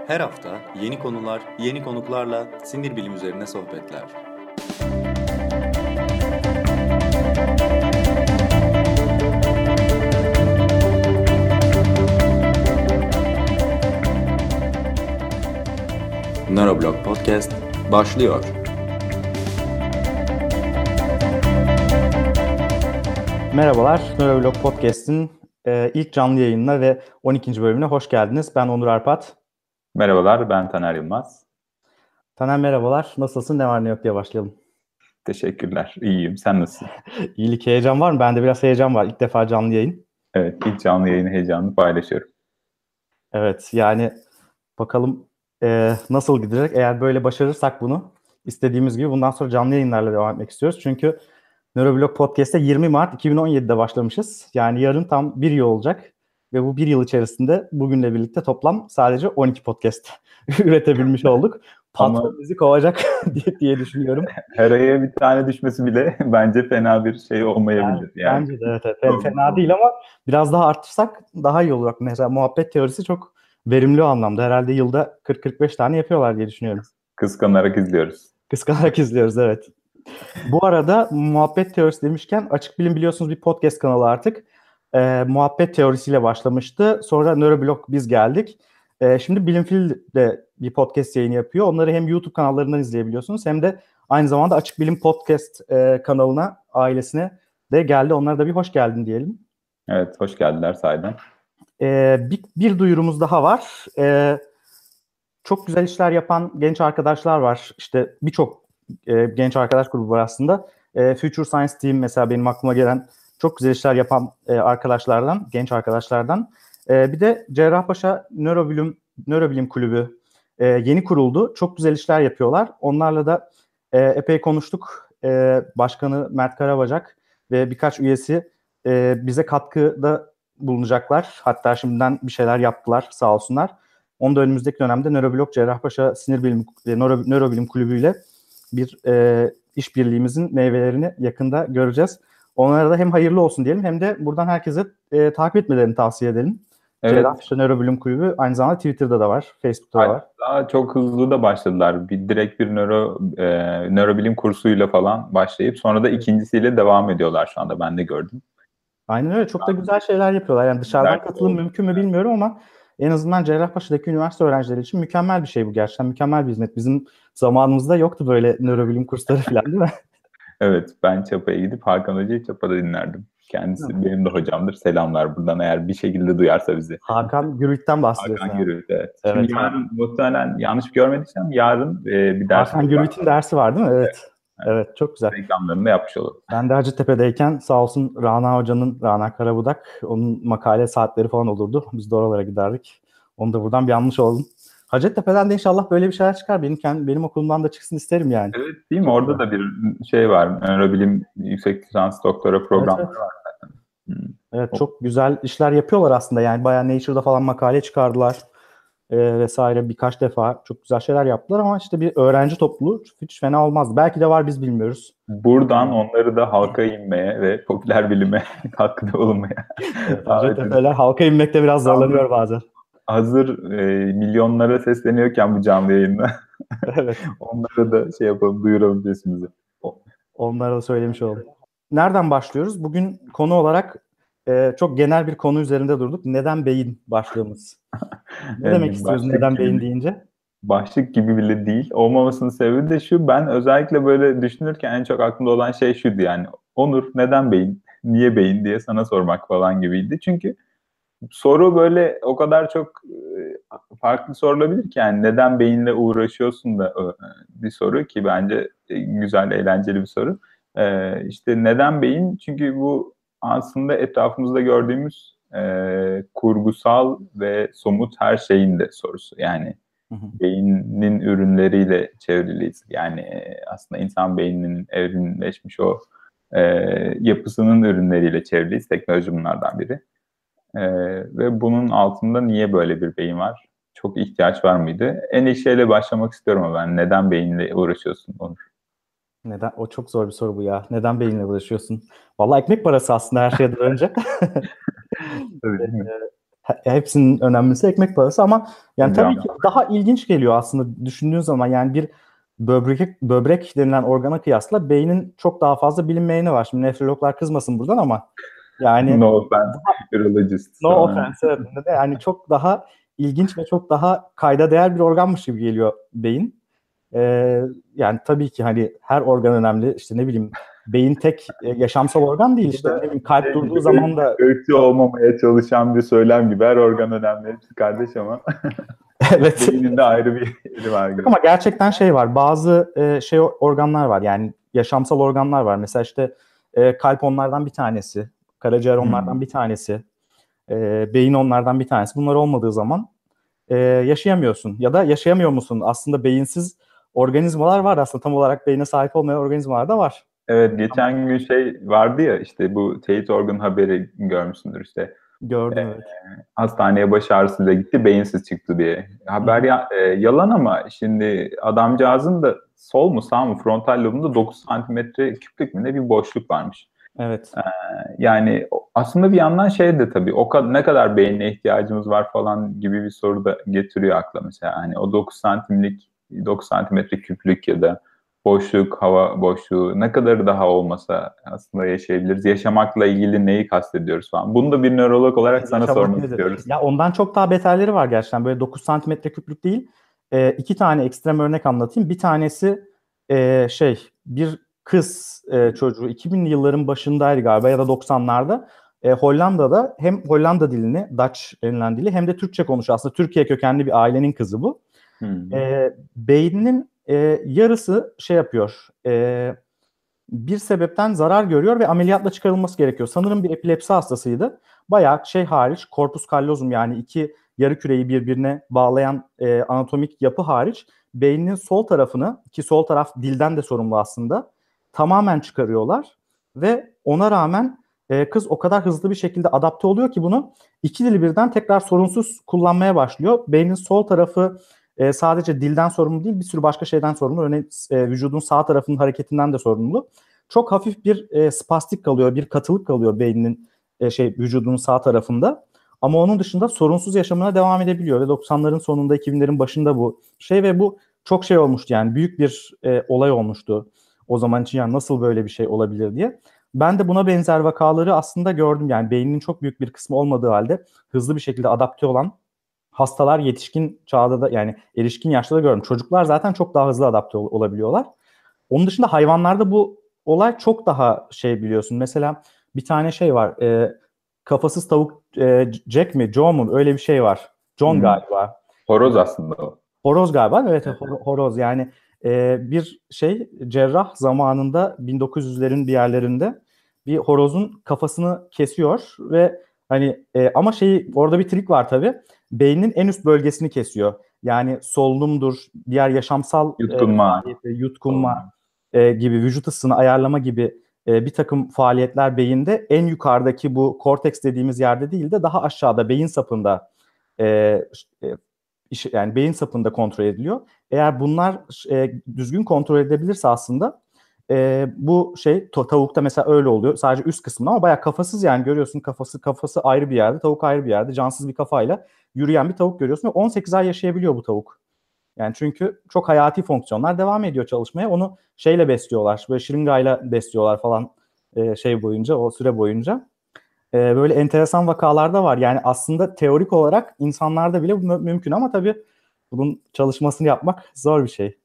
Her hafta yeni konular, yeni konuklarla sinir bilim üzerine sohbetler. Neuroblog Podcast başlıyor. Merhabalar, Neuroblog Podcast'in ilk canlı yayınına ve 12. bölümüne hoş geldiniz. Ben Onur Arpat. Merhabalar, ben Taner Yılmaz. Taner merhabalar, nasılsın, ne var ne yok diye başlayalım. Teşekkürler, iyiyim. Sen nasılsın? İyilik, heyecan var mı? Bende biraz heyecan var. İlk defa canlı yayın. Evet, ilk canlı yayın heyecanını paylaşıyorum. Evet, yani bakalım nasıl gidecek. Eğer böyle başarırsak bunu istediğimiz gibi bundan sonra canlı yayınlarla devam etmek istiyoruz. Çünkü Neuroblog Podcast'te 20 Mart 2017'de başlamışız. Yani yarın tam bir yıl olacak. Ve bu bir yıl içerisinde bugünle birlikte toplam sadece 12 podcast üretebilmiş olduk. Patron bizi kovacak diye düşünüyorum. Her aya bir tane düşmesi bile bence fena bir şey olmayabilir. Bence de evet. Fena değil ama biraz daha arttırsak daha iyi olur. Mesela muhabbet teorisi çok verimli o anlamda. Herhalde yılda 40-45 tane yapıyorlar diye düşünüyorum. Kıskanarak izliyoruz. Kıskanarak izliyoruz, evet. Bu arada muhabbet teorisi demişken Açık Bilim biliyorsunuz bir podcast kanalı artık. Muhabbet teorisiyle başlamıştı. Sonra Neuroblog biz geldik. Şimdi Bilimfil de bir podcast yayını yapıyor. Onları hem YouTube kanallarından izleyebiliyorsunuz hem de aynı zamanda Açık Bilim Podcast kanalına, ailesine de geldi. Onlara da bir hoş geldin diyelim. Evet, hoş geldiler sahiden. Bir duyurumuz daha var. Çok güzel işler yapan genç arkadaşlar var. İşte birçok genç arkadaş grubu var aslında. Future Science Team mesela benim aklıma gelen çok güzel işler yapan arkadaşlardan, genç arkadaşlardan. Bir de Cerrahpaşa Nörobilim Kulübü yeni kuruldu. Çok güzel işler yapıyorlar. Onlarla da epey konuştuk. Başkanı Mert Karabacak ve birkaç üyesi bize katkıda bulunacaklar. Hatta şimdiden bir şeyler yaptılar, sağ olsunlar. Onu da önümüzdeki dönemde Nöroblog Cerrahpaşa Sinir Bilim ve Nörobilim Kulübü ile bir işbirliğimizin meyvelerini yakında göreceğiz. Onlara da hem hayırlı olsun diyelim hem de buradan herkese takip etmelerini tavsiye edelim. Evet. Cerrahpaşa Nörobilim Kulübü aynı zamanda Twitter'da da var, Facebook'ta da var. Daha çok hızlı da başladılar. Direkt bir nörobilim kursuyla falan başlayıp sonra da ikincisiyle devam ediyorlar şu anda. Ben de gördüm. Aynen öyle. Çok da güzel şeyler yapıyorlar. Yani dışarıdan katılım mümkün mü bilmiyorum ama en azından Cerrahpaşa'daki üniversite öğrencileri için mükemmel bir şey bu gerçekten. Mükemmel bir hizmet. Bizim zamanımızda yoktu böyle nörobilim kursları falan, değil mi? Evet, ben Çapa'ya gidip Hakan Hoca'yı Çapa'da dinlerdim. Kendisi benim de hocamdır. Selamlar buradan eğer bir şekilde duyarsa bizi. Hakan Gürült'ten bahsediyorsun. Hakan Gürült, evet. Şimdi yarın muhtemelen yanlış görmediysem yarın bir ders. Hakan Gürült'ün dersi var değil mi? Evet, çok güzel. Reklamlarını da yapmış olalım. Ben de Hacettepe'deyken sağ olsun Rana Karabudak, onun makale saatleri falan olurdu. Biz de oralara giderdik. Onu da buradan bir anmış olalım. Hacettepe'den de inşallah böyle bir şeyler çıkar. Benim okulumdan da çıksın isterim yani. Evet, değil mi? Orada da bir şey var. Nörobilim yüksek lisans doktora programları var zaten. Evet, çok güzel işler yapıyorlar aslında. Yani bayağı Nature'da falan makale çıkardılar. Vesaire birkaç defa çok güzel şeyler yaptılar ama işte bir öğrenci topluluğu hiç fena olmazdı. Belki de var, biz bilmiyoruz. Buradan onları da halka inmeye ve popüler bilime katkıda olunmaya. Evet, Hacettepe'ler halka inmekte biraz zorlanıyor bazen. Hazır milyonlara sesleniyorken bu canlı yayında evet. onlara da şey yapalım, duyuralım sesimizi. Onlara da söylemiş oldum. Nereden başlıyoruz? Bugün konu olarak çok genel bir konu üzerinde durduk. Neden beyin başlığımız? Ne demek istiyoruz neden beyin deyince? Başlık gibi bile değil. Olmamasının sebebi de şu: ben özellikle böyle düşünürken en çok aklımda olan şey şuydu yani. Onur, neden beyin? Niye beyin diye sana sormak falan gibiydi. Çünkü soru böyle o kadar çok farklı sorulabilir ki, yani neden beyinle uğraşıyorsun da bir soru ki bence güzel, eğlenceli bir soru. İşte neden beyin? Çünkü bu aslında etrafımızda gördüğümüz kurgusal ve somut her şeyin de sorusu. Yani beynin ürünleriyle çevriliyiz. Yani aslında insan beyninin evrimleşmiş o yapısının ürünleriyle çevriliyiz. Teknoloji bunlardan biri. Ve bunun altında niye böyle bir beyin var? Çok ihtiyaç var mıydı? En ilk şeyle başlamak istiyorum ama ben. Neden beyinle uğraşıyorsun Onur? Neden? O çok zor bir soru bu ya. Neden beyinle uğraşıyorsun? Vallahi ekmek parası aslında her şeyden önce. Tabii, değil mi? hepsinin önemlisi ekmek parası ama yani Hocam. tabii ki daha ilginç geliyor aslında düşündüğün zaman. Yani bir böbrek denilen organa kıyasla beynin çok daha fazla bilinmeyeni var. Şimdi nefrologlar kızmasın buradan ama yani No offense, urologist. no offense, evet. Yani çok daha ilginç ve çok daha kayda değer bir organmış gibi geliyor beyin. Yani tabii ki hani her organ önemli. İşte ne bileyim, beyin tek yaşamsal organ değil, işte ne bileyim, kalp durduğu zaman da Ölçü olmamaya çalışan bir söylem gibi, her organ önemli hepsi kardeş ama evet. beyninde ayrı bir yeri var gibi. Ama gerçekten şey var. Bazı şey organlar var. Yani yaşamsal organlar var. Mesela işte kalp onlardan bir tanesi. Karaciğer onlardan bir tanesi. Beyin onlardan bir tanesi. Bunlar olmadığı zaman yaşayamıyorsun. Ya da yaşayamıyor musun? Aslında beyinsiz organizmalar var. Aslında tam olarak beyne sahip olmayan organizmalar da var. Evet, geçen gün şey vardı ya, işte bu teyit organ haberi görmüşsündür işte. Gördüm, evet. Hastaneye baş ağrısıyla gitti, beyinsiz çıktı diye. Haber yalan ama şimdi adamcağızın da sol mu sağ mı frontal lobunda 9 santimetre küplük mü ne bir boşluk varmış. Evet. Yani aslında bir yandan şey de tabii ne kadar beynine ihtiyacımız var falan gibi bir soru da getiriyor akla mesela. Hani o 9 santimetre küplük ya da boşluk, hava boşluğu ne kadar daha olmasa aslında yaşayabiliriz. Yaşamakla ilgili neyi kastediyoruz falan. Bunu da bir nörolog olarak sana Yaşamak sormak nedir? istiyoruz. Ya ondan çok daha beterleri var gerçekten. Böyle 9 santimetre küplük değil. İki tane ekstrem örnek anlatayım. Bir tanesi bir kız çocuğu 2000'li yılların başındaydı galiba ya da 90'larda. Hollanda'da hem Hollanda dilini, Dutch denilen dili, hem de Türkçe konuşuyor. Aslında Türkiye kökenli bir ailenin kızı bu. Beyninin yarısı şey yapıyor. Bir sebepten zarar görüyor ve ameliyatla çıkarılması gerekiyor. Sanırım bir epilepsi hastasıydı. Bayağı şey hariç, corpus callosum, yani iki yarı küreyi birbirine bağlayan anatomik yapı hariç, beyninin sol tarafını, ki sol taraf dilden de sorumlu aslında, tamamen çıkarıyorlar. Ve ona rağmen kız o kadar hızlı bir şekilde adapte oluyor ki bunu iki dili birden tekrar sorunsuz kullanmaya başlıyor. Beynin sol tarafı sadece dilden sorumlu değil, bir sürü başka şeyden sorumlu. Örneğin vücudun sağ tarafının hareketinden de sorumlu. Çok hafif bir spastik kalıyor, bir katılık kalıyor beyninin vücudunun sağ tarafında. Ama onun dışında sorunsuz yaşamına devam edebiliyor ve 90'ların sonunda 2000'lerin başında bu ve bu çok şey olmuştu, yani büyük bir olay olmuştu o zaman için, yani nasıl böyle bir şey olabilir diye. Ben de buna benzer vakaları aslında gördüm, yani beyninin çok büyük bir kısmı olmadığı halde hızlı bir şekilde adapte olan hastalar yetişkin çağda da, yani erişkin yaşta da gördüm. Çocuklar zaten çok daha hızlı adapte olabiliyorlar. Onun dışında hayvanlarda bu olay çok daha biliyorsun. Mesela bir tane şey var. Kafasız tavuk, Jack mi, Joe mu, öyle bir şey var. John galiba. Horoz aslında o. Horoz galiba. Evet, horoz. Yani bir cerrah zamanında 1900'lerin bir yerlerinde bir horozun kafasını kesiyor ve hani ama orada bir trik var tabii. Beynin en üst bölgesini kesiyor. Yani solunumdur, diğer yaşamsal yutkunma gibi, vücut ısısını ayarlama gibi bir takım faaliyetler beyinde en yukarıdaki bu korteks dediğimiz yerde değil de daha aşağıda beyin sapında yani beyin sapında kontrol ediliyor. Eğer bunlar düzgün kontrol edebilirse aslında bu tavukta mesela öyle oluyor. Sadece üst kısmında ama bayağı kafasız, yani görüyorsun kafası ayrı bir yerde, tavuk ayrı bir yerde, cansız bir kafayla yürüyen bir tavuk görüyorsun ve 18 ay yaşayabiliyor bu tavuk. Yani çünkü çok hayati fonksiyonlar devam ediyor çalışmaya. Onu besliyorlar. Böyle şırıngayla besliyorlar falan boyunca, o süre boyunca. Böyle enteresan vakalar da var. Yani aslında teorik olarak insanlarda bile bu mümkün ama tabii bunun çalışmasını yapmak zor bir şey.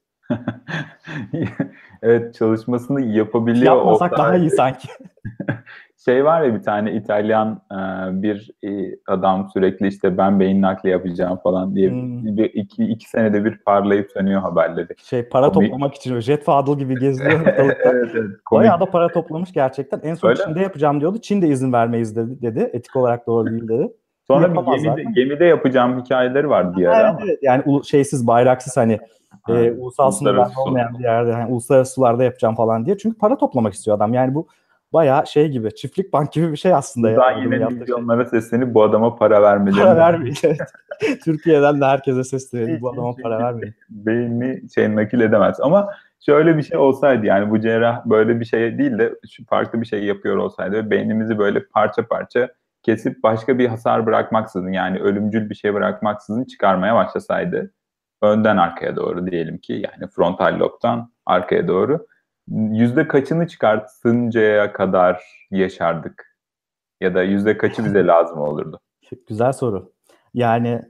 Evet, çalışmasını yapabiliyor Yapmasak daha iyi sanki. Var ya, bir tane İtalyan bir adam sürekli işte ben beyin nakli yapacağım falan diye iki senede bir parlayıp sönüyor haberleri. Para toplamak için Jet Fadıl gibi geziliyor ortalıkta. Evet, bayağı da para toplamış gerçekten. En son Öyle Çin'de yapacağım diyordu. Çin de izin vermeyiz dedi. Etik olarak doğru değil dedi. Sonra bir gemide yapacağım hikayeleri vardı bir ara ama. Evet, yani bayraksız, hani ulusal sınırlarda olmayan bir yerde, hani uluslararası sularda yapacağım falan diye. Çünkü para toplamak istiyor adam. Yani bu bayağı gibi, çiftlik bank gibi bir şey aslında. Buradan yine milyonlara seslenip bu adama para vermelerini. Para vermeyin. Türkiye'den de herkese seslenelim, bu adama para vermeyin. Beynini nakil edemez. Ama şöyle bir şey olsaydı, yani bu cerrah böyle bir şey değil de farklı bir şey yapıyor olsaydı ve beynimizi böyle parça parça kesip başka bir hasar bırakmaksızın, yani ölümcül bir şey bırakmaksızın çıkarmaya başlasaydı, önden arkaya doğru diyelim ki, yani frontal lobdan arkaya doğru, yüzde kaçını çıkartıncaya kadar yaşardık? Ya da yüzde kaçı bize lazım olurdu? Güzel soru. Yani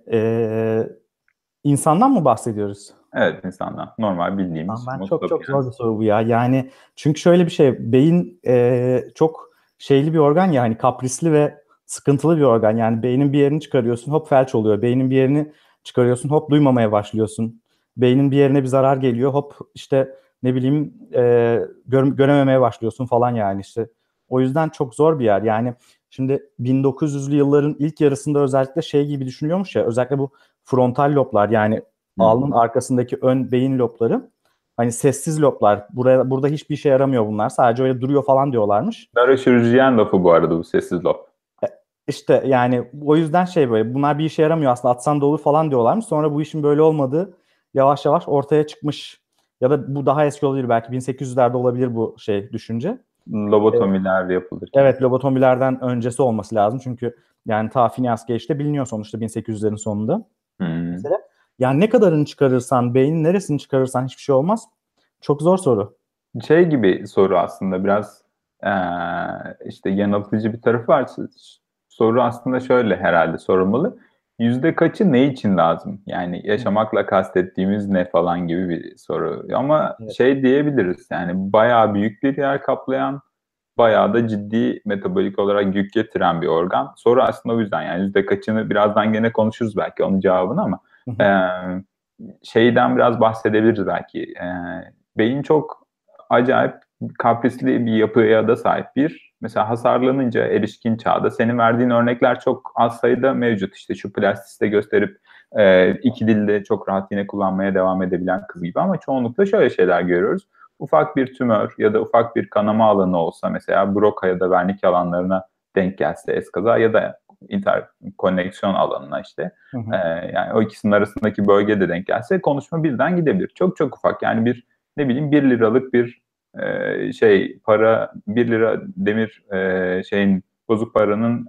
insandan mı bahsediyoruz? Evet, insanlar. Normal bildiğimiz Ben Homo çok sapiens. zor bir soru bu ya. Yani çünkü şöyle bir şey, beyin çok şeyli bir organ ya, hani kaprisli ve sıkıntılı bir organ. Yani beynin bir yerini çıkarıyorsun, hop felç oluyor. Beynin bir yerini çıkarıyorsun, hop duymamaya başlıyorsun. Beynin bir yerine bir zarar geliyor, hop işte ne bileyim görememeye başlıyorsun falan yani işte. O yüzden çok zor bir yer. Yani şimdi 1900'lü yılların ilk yarısında özellikle şey gibi düşünüyormuş ya, özellikle bu frontal loblar, yani alnın arkasındaki ön beyin lobları, hani sessiz loblar. Burada hiçbir işe yaramıyor bunlar. Sadece öyle duruyor falan diyorlarmış. Nöroşirurjiyen lafı bu arada bu sessiz lob. İşte yani o yüzden şey, böyle bunlar bir işe yaramıyor aslında, atsan da olur falan diyorlarmış. Sonra bu işin böyle olmadığı yavaş yavaş ortaya çıkmış. Ya da bu daha eski olabilir, belki 1800'lerde olabilir bu şey düşünce. Lobotomiler yapılırken. Evet, lobotomilerden öncesi olması lazım. Çünkü yani ta Phineas Gage'de biliniyor sonuçta 1800'lerin sonunda. Mesela yani ne kadarını çıkarırsan, beynin neresini çıkarırsan hiçbir şey olmaz. Çok zor soru. Şey gibi soru aslında, biraz işte yanıltıcı bir tarafı var. Soru aslında şöyle herhalde sorulmalı. Yüzde kaçı ne için lazım? Yani yaşamakla kastettiğimiz ne falan gibi bir soru. Ama Evet. şey diyebiliriz, yani bayağı büyük bir yer kaplayan, bayağı da ciddi metabolik olarak yük getiren bir organ. Soru aslında o yüzden, yani yüzde kaçını birazdan gene konuşuruz belki onun cevabını, ama şeyden biraz bahsedebiliriz belki. Beyin çok acayip kaprisli bir yapıya da sahip bir. Mesela hasarlanınca erişkin çağda, senin verdiğin örnekler çok az sayıda mevcut. İşte şu plastisite gösterip iki dilde çok rahat yine kullanmaya devam edebilen kız gibi, ama çoğunlukla şöyle şeyler görüyoruz. Ufak bir tümör ya da ufak bir kanama alanı olsa, mesela Broca ya da Wernicke alanlarına denk gelse eskaza, ya da interkoneksiyon alanına işte, yani o ikisinin arasındaki bölgede denk gelse konuşma birden gidebilir. Çok çok ufak, yani bir ne bileyim 1 liralık bir para, 1 lira demir şeyin, bozuk paranın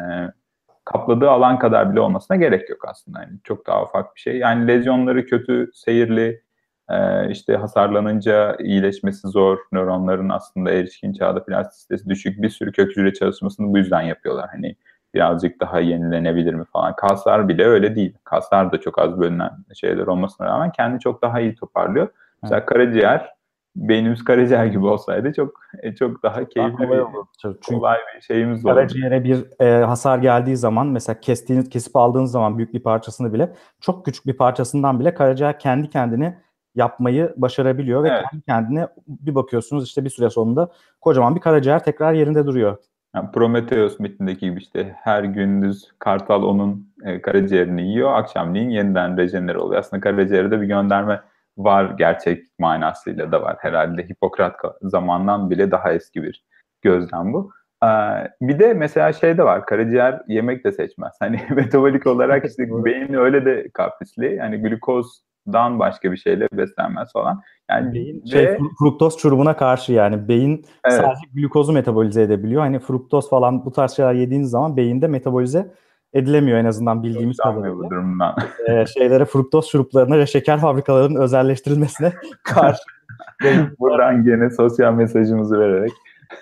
kapladığı alan kadar bile olmasına gerek yok aslında. Yani çok daha ufak bir şey. Yani lezyonları kötü seyirli, işte hasarlanınca iyileşmesi zor. Nöronların aslında erişkin çağda plastisitesi düşük. Bir sürü kök hücre çalışmasını bu yüzden yapıyorlar. Hani birazcık daha yenilenebilir mi falan. Kaslar bile öyle değil. Kaslar da çok az bölünen şeyler olmasına rağmen kendi çok daha iyi toparlıyor. Mesela karaciğer, beynimiz karaciğer gibi olsaydı çok daha keyifli kolay olur. Çünkü kolay bir şeyimiz olurdu. karaciğere bir hasar geldiği zaman, mesela kesip aldığınız zaman büyük bir parçasını bile, çok küçük bir parçasından bile karaciğer kendi kendini yapmayı başarabiliyor ve Evet. kendi kendine bir bakıyorsunuz işte bir süre sonunda kocaman bir karaciğer tekrar yerinde duruyor. Yani Prometheus mitindeki gibi, işte her gündüz kartal onun karaciğerini yiyor, akşamleyin yeniden rejenere oluyor. Aslında karaciğerde bir gönderme var, gerçek manasıyla da var. Herhalde Hipokrat zamandan bile daha eski bir gözlem bu. Bir de mesela şey de var, karaciğer yemek de seçmez. Hani metabolik olarak işte beyin öyle de kaprisli. Yani glukozdan başka bir şeyle beslenmez falan. Yani Beyin ve fruktoz çurubuna karşı, yani beyin evet, sadece glukozu metabolize edebiliyor. Hani fruktoz falan bu tarz şeyler yediğiniz zaman beyinde metabolize edilemiyor, en azından bildiğimiz hoşlanmıyor bu kadarıyla. durumdan. Şeylere, fruktoz şuruplarına ve şeker fabrikalarının özelleştirilmesine karşı Buradan gene sosyal mesajımızı vererek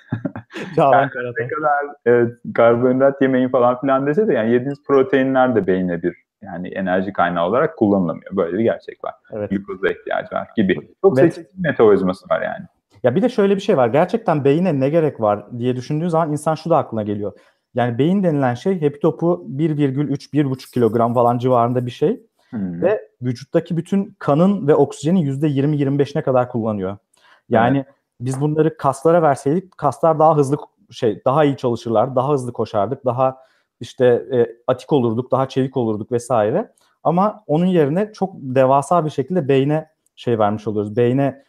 Çağlan ne Karatay. kadar evet, karbonhidrat yemeyin falan filan dese de, yani yediğiniz proteinler de beyne bir, yani enerji kaynağı olarak kullanılamıyor. Böyle bir gerçek var. Evet. Glukoza ihtiyacı var gibi. Çok Ve- seçici metabolizması var yani. Ya bir de şöyle bir şey var. Gerçekten beyine ne gerek var diye düşündüğü zaman insan şu da aklına geliyor. Yani beyin denilen şey hepi topu 1,3-1,5 kilogram falan civarında bir şey. Ve vücuttaki bütün kanın ve oksijenin %20-25'ine kadar kullanıyor. Yani biz bunları kaslara verseydik, kaslar daha hızlı daha iyi çalışırlar, daha hızlı koşardık, daha işte atik olurduk, daha çevik olurduk vesaire. Ama onun yerine çok devasa bir şekilde beyne vermiş oluyoruz. Beyne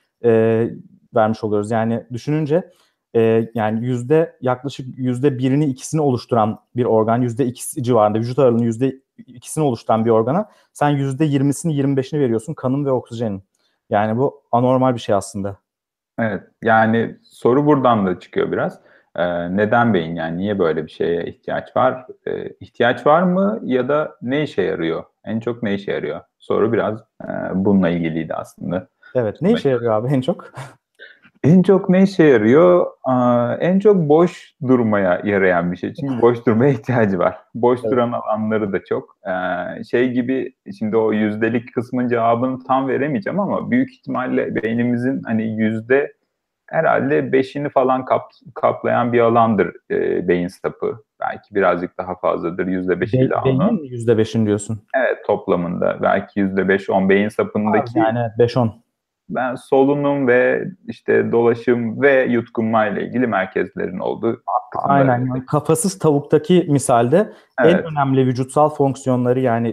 vermiş oluyoruz. Yani düşününce yani yaklaşık %1'ini ikisini oluşturan bir organ, %2 civarında, vücut ağırlığının %2'sini oluşturan bir organa sen %20'sini 25'ini veriyorsun, kanın ve oksijenin. Yani bu anormal bir şey aslında. Evet, yani soru buradan da çıkıyor biraz. Neden beyin? Yani niye böyle bir şeye ihtiyaç var? İhtiyaç var mı ya da ne işe yarıyor? En çok ne işe yarıyor? Soru biraz bununla ilgiliydi aslında. Evet. Ne işe yarıyor abi en çok? En çok ne işe yarıyor? En çok boş durmaya yarayan bir şey. Çünkü boş durmaya ihtiyacı var. Boş Evet. duran alanları da çok. Şey gibi, şimdi o yüzdelik kısmın cevabını tam veremeyeceğim ama büyük ihtimalle beynimizin hani herhalde 5'ini falan kaplayan bir alandır beyin sapı. Belki birazcık daha fazladır, %5 ila Beynin onu. mi %5'in diyorsun? Evet, toplamında belki %5-10 beyin Az sapındaki. yani, 5-10. Ben solunum ve işte dolaşım ve yutkunma ile ilgili merkezlerin olduğu kısımları Aynen, dedik. yani kafasız tavuktaki misalde en Evet, önemli vücutsal fonksiyonları, yani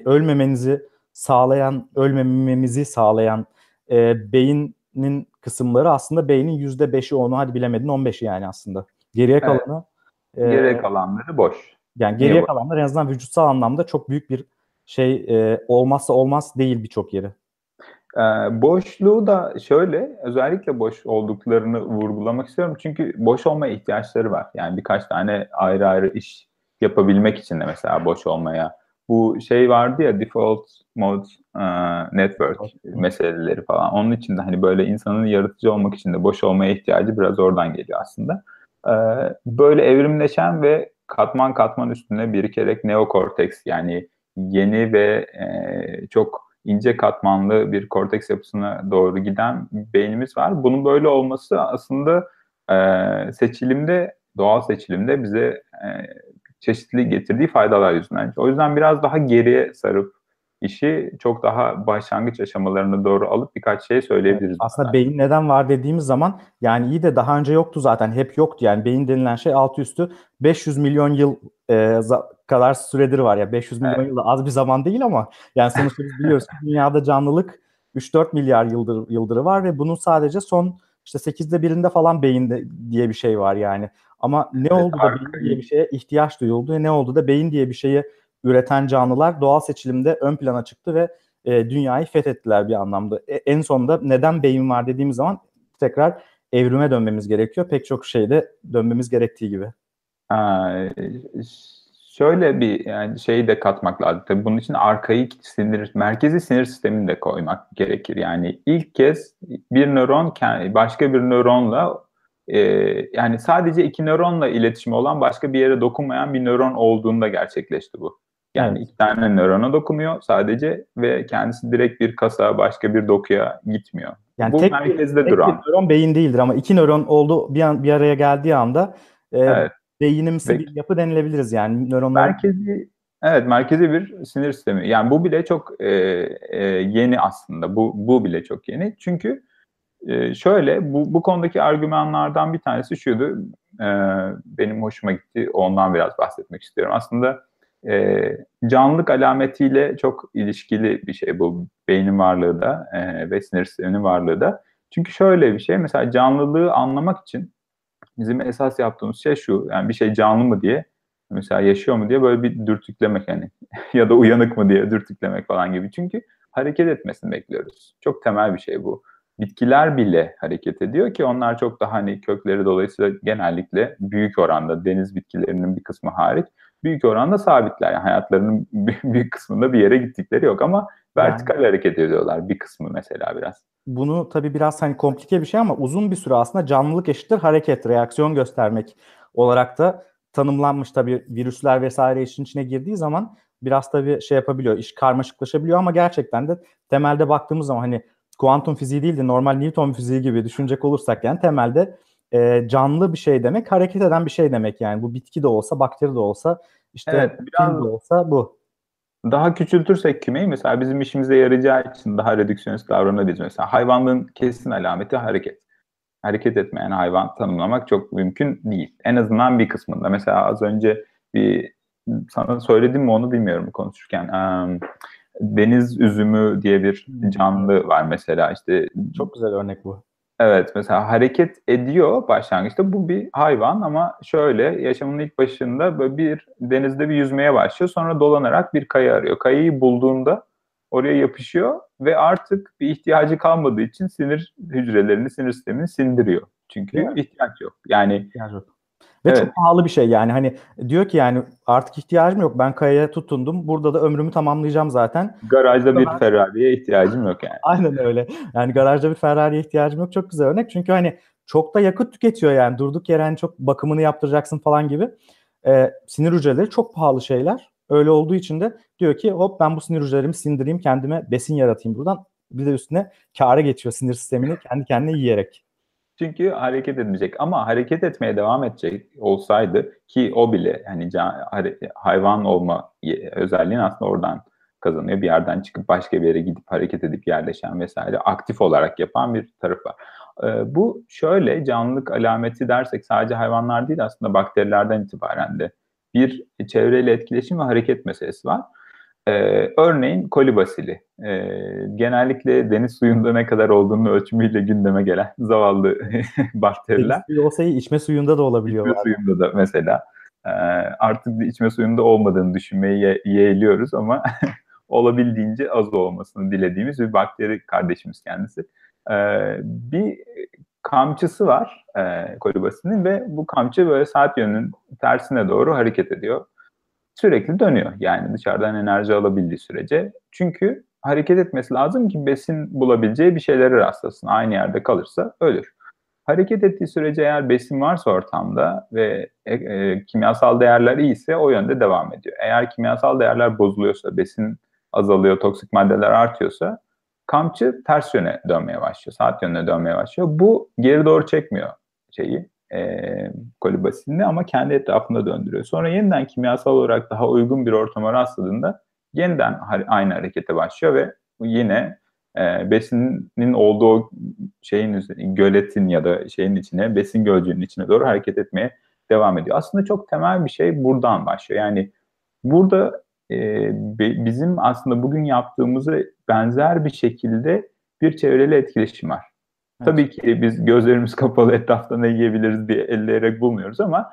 ölmememizi sağlayan beynin kısımları aslında beynin %5'i, onu hadi bilemedin 15'i yani aslında. Geriye evet. kalanı Geri e, kalanları boş. yani Niye geriye boş? kalanlar en azından vücutsal anlamda çok büyük bir şey, olmazsa olmaz değil birçok yeri. Boşluğu da şöyle, özellikle boş olduklarını vurgulamak istiyorum. Çünkü boş olmaya ihtiyaçları var. Yani birkaç tane ayrı ayrı iş yapabilmek için de mesela boş olmaya. Bu şey vardı ya, default mode network meseleleri falan. Onun için de hani böyle insanın yaratıcı olmak için de boş olmaya ihtiyacı biraz oradan geliyor aslında. Böyle evrimleşen ve katman katman üstüne birikerek neokorteks, yani yeni ve çok ince katmanlı bir korteks yapısına doğru giden beynimiz var. Bunun böyle olması aslında doğal seçilimde bize çeşitli getirdiği faydalar yüzünden. O yüzden biraz daha geriye sarıp işi çok daha başlangıç aşamalarına doğru alıp birkaç şey Evet. söyleyebiliriz Aslında bunlar. beyin neden var dediğimiz zaman, yani iyi de daha önce yoktu zaten, hep yoktu. Yani beyin denilen şey altı üstü 500 milyon yıl kadar süredir var ya. 500 milyon Evet, yıl da az bir zaman değil ama yani sonuçta biz biliyoruz ki dünyada canlılık 3-4 milyar yıldırı var ve bunun sadece son işte 1/8'inde falan beyinde diye bir şey var yani. Ama ne evet, oldu da beyin diye bir şeye ihtiyaç duyuldu ve ne oldu da beyin diye bir şeyi üreten canlılar doğal seçilimde ön plana çıktı ve dünyayı fethettiler bir anlamda. En sonunda neden beyin var dediğimiz zaman tekrar evrime dönmemiz gerekiyor. Pek çok şeyde dönmemiz gerektiği gibi. Ee, Şöyle bir yani şeyi de katmak lazım. Tabii bunun için arkaik merkezi sinir sistemini de koymak gerekir. Yani ilk kez bir nöron başka bir nöronla e, yani sadece iki nöronla iletişimi olan, başka bir yere dokunmayan bir nöron olduğunda gerçekleşti bu. Yani Evet. iki tane nörona dokunuyor sadece ve kendisi direkt bir kasa, başka bir dokuya gitmiyor. Yani Bu merkezde tek bir duran. nöron beyin değildir ama iki nöron oldu bir araya geldiği anda Evet. beyinimsi Ve bir yapı denilebiliriz yani nöronların. merkezi bir sinir sistemi. Yani bu bile çok yeni aslında. Bu bile çok yeni. Çünkü şöyle bu konudaki argümanlardan bir tanesi şuydu. E, Benim hoşuma gitti. Ondan biraz bahsetmek istiyorum. Aslında canlılık alametiyle çok ilişkili bir şey bu beynin varlığı da ve sinir sisteminin varlığı da. Çünkü şöyle bir şey. Mesela canlılığı anlamak için bizim esas yaptığımız şey şu. Yani bir şey canlı mı diye, mesela yaşıyor mu diye böyle bir dürtüklemek hani ya da uyanık mı diye dürtüklemek falan gibi. Çünkü hareket etmesini bekliyoruz. Çok temel bir şey bu. Bitkiler bile hareket ediyor ki onlar çok daha hani kökleri dolayısıyla genellikle büyük oranda, deniz bitkilerinin bir kısmı hariç, büyük oranda sabitler. Yani hayatlarının büyük kısmında bir yere gittikleri yok ama Yani vertikal hareket ediyorlar bir kısmı mesela biraz. bunu tabii biraz hani komplike bir şey ama uzun bir süre aslında canlılık eşittir hareket, reaksiyon göstermek olarak da tanımlanmış. Tabii virüsler vesaire işin içine girdiği zaman biraz tabii şey yapabiliyor, iş karmaşıklaşabiliyor ama gerçekten de temelde baktığımız zaman hani kuantum fiziği değil de normal Newton fiziği gibi düşünecek olursak yani temelde canlı bir şey demek, hareket eden bir şey demek yani. Bu bitki de olsa, bakteri de olsa, işte Evet, film de biraz olsa bu. daha küçültürsek kümeyi, mesela bizim işimize yarayacağı için daha redüksiyonist davranabiliriz. Mesela hayvanlığın kesin alameti hareket. Hareket etmeyen hayvan tanımlamak çok mümkün değil. En azından bir kısmında. Mesela az önce bir sana söyledim mi onu bilmiyorum konuşurken. Deniz üzümü diye bir Evet. canlı var mesela. İşte Çok güzel örnek bu. evet, mesela hareket ediyor başlangıçta. Bu bir hayvan ama şöyle yaşamının ilk başında böyle bir denizde bir yüzmeye başlıyor. Sonra dolanarak bir kaya arıyor. Kayayı bulduğunda oraya yapışıyor ve artık bir ihtiyacı kalmadığı için sinir hücrelerini, sinir sistemini sindiriyor. Değil Çünkü mi? ihtiyaç yok. Yani Yani Ve Evet. çok pahalı bir şey yani. Hani diyor ki yani artık ihtiyacım yok. Ben kayaya tutundum. Burada da ömrümü tamamlayacağım zaten. Garajda bir Ben Ferrari'ye ihtiyacım yok yani. aynen öyle. Yani garajda bir Ferrari'ye ihtiyacım yok. Çok güzel örnek. Çünkü hani çok da yakıt tüketiyor yani. Durduk yere hani çok bakımını yaptıracaksın falan gibi. Sinir hücreleri çok pahalı şeyler. Öyle olduğu için de diyor ki hop ben bu sinir hücrelerimi sindireyim. Kendime besin yaratayım buradan. Bir de üstüne kâra geçiyor sinir sistemini kendi kendine yiyerek. Çünkü hareket edecek ama hareket etmeye devam edecek olsaydı ki o bile hani hayvan olma özelliğini aslında oradan kazanıyor. Bir yerden çıkıp başka bir yere gidip hareket edip yerleşen vesaire aktif olarak yapan bir tarafı var. Bu şöyle canlılık alameti dersek sadece hayvanlar değil aslında bakterilerden itibaren de bir çevreyle etkileşim ve hareket meselesi var. Örneğin kolibasili. Genellikle deniz suyunda ne kadar olduğunu ölçümüyle gündeme gelen zavallı Deniz bakteriler. suyu olsa iyi, içme suyunda da olabiliyor İçme bazen. suyunda da mesela. Artık içme suyunda olmadığını düşünmeyi yeğliyoruz ama olabildiğince az olmasını dilediğimiz bir bakteri kardeşimiz kendisi. Bir kamçısı var kolibasinin ve bu kamçı böyle saat yönünün tersine doğru hareket ediyor. Sürekli dönüyor yani dışarıdan enerji alabildiği sürece. Çünkü hareket etmesi lazım ki besin bulabileceği bir şeylere rastlasın. Aynı yerde kalırsa ölür. Hareket ettiği sürece eğer besin varsa ortamda ve kimyasal değerler iyiyse o yönde devam ediyor. Eğer kimyasal değerler bozuluyorsa, besin azalıyor, toksik maddeler artıyorsa kamçı ters yöne dönmeye başlıyor, saat yönüne dönmeye başlıyor. Bu geri doğru çekmiyor şeyi, kolibasini ama kendi etrafında döndürüyor. Sonra yeniden kimyasal olarak daha uygun bir ortama rastladığında yeniden aynı harekete başlıyor ve yine besinin olduğu şeyin göletin ya da şeyin içine, besin gölcüğünün içine doğru hareket etmeye devam ediyor. Aslında çok temel bir şey buradan başlıyor. Yani burada bizim aslında bugün yaptığımızı benzer bir şekilde bir çevreli etkileşim var. Evet. Tabii ki biz gözlerimiz kapalı etrafta ne yiyebiliriz diye elleyerek bulmuyoruz ama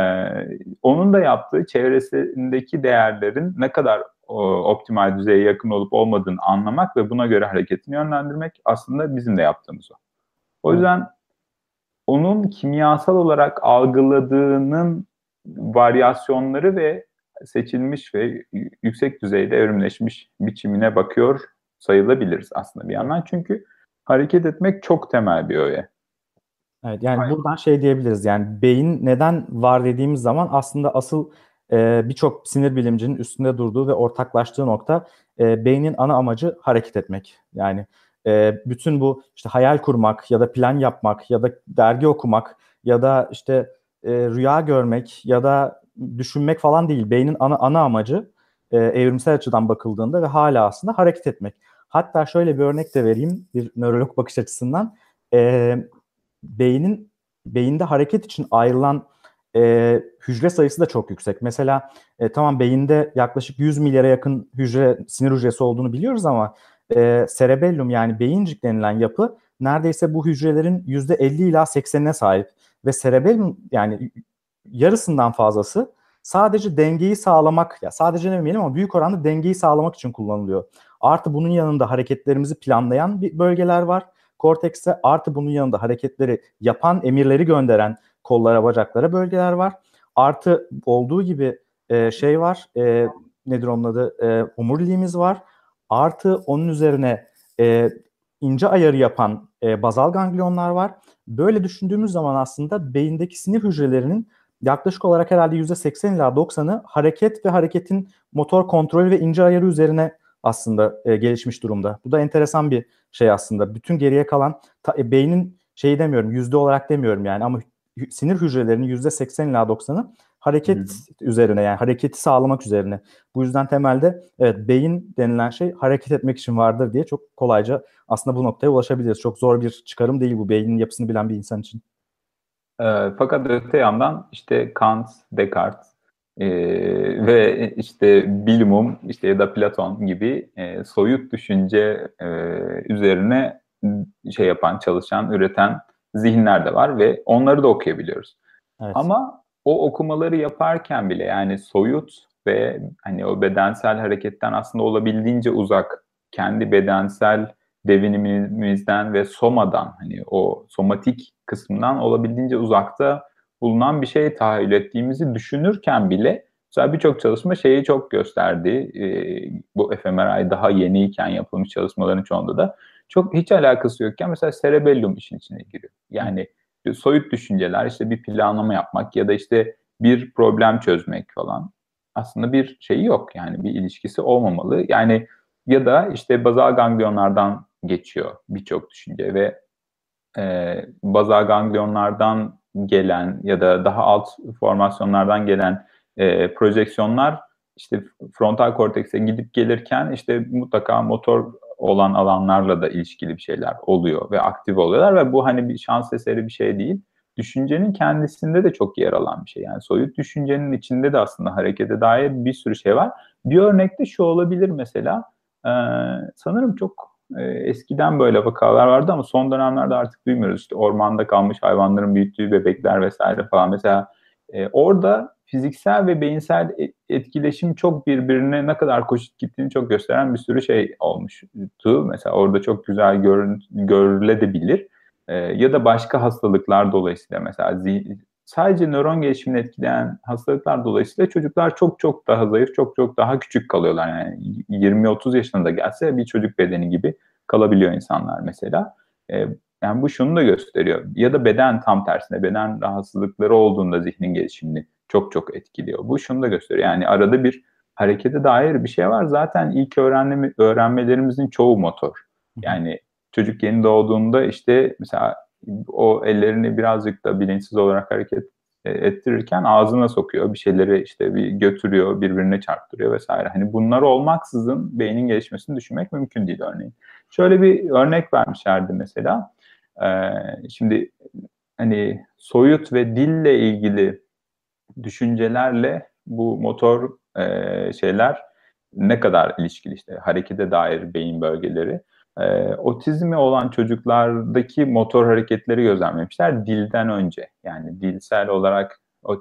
onun da yaptığı çevresindeki değerlerin ne kadar optimal düzeye yakın olup olmadığını anlamak ve buna göre hareketini yönlendirmek aslında bizim de yaptığımız o. O Evet. yüzden onun kimyasal olarak algıladığının varyasyonları ve seçilmiş ve yüksek düzeyde evrimleşmiş biçimine bakıyor sayılabiliriz aslında bir yandan. Çünkü hareket etmek çok temel bir öğe. Evet, yani buradan şey diyebiliriz yani beyin neden var dediğimiz zaman aslında asıl birçok sinir bilimcinin üstünde durduğu ve ortaklaştığı nokta beynin ana amacı hareket etmek. Yani bütün bu işte hayal kurmak ya da plan yapmak ya da dergi okumak ya da işte rüya görmek ya da düşünmek falan değil. Beynin ana amacı evrimsel açıdan bakıldığında ve hala aslında hareket etmek. Hatta şöyle bir örnek de vereyim bir nörolog bakış açısından. Beyinde hareket için ayrılan hücre sayısı da çok yüksek. Mesela tamam beyinde yaklaşık 100 milyara yakın sinir hücresi olduğunu biliyoruz ama cerebellum yani beyincik denilen yapı neredeyse bu hücrelerin %50 ila 80'ine sahip. Ve cerebellum yani yarısından fazlası sadece dengeyi sağlamak, ya sadece demeyelim ama büyük oranda dengeyi sağlamak için kullanılıyor. Artı bunun yanında hareketlerimizi planlayan bir bölgeler var. Kortekste artı bunun yanında hareketleri yapan, emirleri gönderen kollara, bacaklara bölgeler var. Artı olduğu gibi şey var, nedir onun adı? Omuriliğimiz var. Artı onun üzerine ince ayarı yapan bazal ganglionlar var. Böyle düşündüğümüz zaman aslında beyindeki sinir hücrelerinin yaklaşık olarak herhalde %80 ila 90'ı hareket ve hareketin motor kontrolü ve ince ayarı üzerine aslında gelişmiş durumda. Bu da enteresan bir şey aslında. Bütün geriye kalan beynin şeyi demiyorum, yüzde olarak demiyorum yani ama sinir hücrelerinin %80 ila 90'ı hareket üzerine yani hareketi sağlamak üzerine. Bu yüzden temelde evet beyin denilen şey hareket etmek için vardır diye çok kolayca aslında bu noktaya ulaşabiliriz. Çok zor bir çıkarım değil bu beynin yapısını bilen bir insan için. Fakat öte yandan işte Kant, Descartes ve işte Bilumum işte ya da Platon gibi soyut düşünce üzerine şey yapan, çalışan, üreten zihinler de var ve onları da okuyabiliyoruz. Evet. Ama o okumaları yaparken bile yani soyut ve hani o bedensel hareketten aslında olabildiğince uzak, kendi bedensel devinimimizden ve somadan hani o somatik kısmından olabildiğince uzakta bulunan bir şey tahayyül ettiğimizi düşünürken bile mesela birçok çalışma şeyi çok gösterdi. Bu fMRI daha yeniyken yapılmış çalışmaların çoğunda da çok hiç alakası yokken mesela cerebellum işin içine giriyor. Yani soyut düşünceler, işte bir planlama yapmak ya da işte bir problem çözmek falan aslında bir şeyi yok. Yani bir ilişkisi olmamalı. Yani ya da işte bazal ganglionlardan geçiyor birçok düşünce ve bazal ganglionlardan gelen ya da daha alt formasyonlardan gelen projeksiyonlar işte frontal kortekse gidip gelirken işte mutlaka motor olan alanlarla da ilişkili bir şeyler oluyor ve aktif oluyorlar ve bu hani bir şans eseri bir şey değil. Düşüncenin kendisinde de çok yer alan bir şey. Yani soyut düşüncenin içinde de aslında harekete dair bir sürü şey var. Bir örnek de şu olabilir mesela. Sanırım çok eskiden böyle vakalar vardı ama son dönemlerde artık duymuyoruz. İşte ormanda kalmış hayvanların büyüttüğü bebekler vesaire falan. Mesela orada fiziksel ve beyinsel etkileşim çok birbirine ne kadar koşut gittiğini çok gösteren bir sürü şey olmuştu. Mesela orada çok güzel görülebilir. Ya da başka hastalıklar dolayısıyla mesela sadece nöron gelişimini etkileyen hastalıklar dolayısıyla çocuklar çok çok daha zayıf, çok çok daha küçük kalıyorlar. Yani 20-30 yaşında da gelse bir çocuk bedeni gibi kalabiliyor insanlar mesela. Yani bu şunu da gösteriyor. Ya da beden tam tersine, beden rahatsızlıkları olduğunda zihnin gelişimini çok çok etkiliyor. Bu şunu da gösteriyor. Yani arada bir harekete dair bir şey var. Zaten ilk öğrenmelerimizin çoğu motor. Yani çocuk yeni doğduğunda işte mesela o ellerini birazcık da bilinçsiz olarak hareket ettirirken ağzına sokuyor. Bir şeyleri işte bir götürüyor, birbirine çarptırıyor vesaire. Hani bunlar olmaksızın beynin gelişmesini düşünmek mümkün değil örneğin. Şöyle bir örnek vermişlerdi mesela. Şimdi hani soyut ve dille ilgili düşüncelerle bu motor şeyler ne kadar ilişkili işte harekete dair beyin bölgeleri. Otizmi olan çocuklardaki motor hareketleri gözlemlemişler dilden önce. Yani dilsel olarak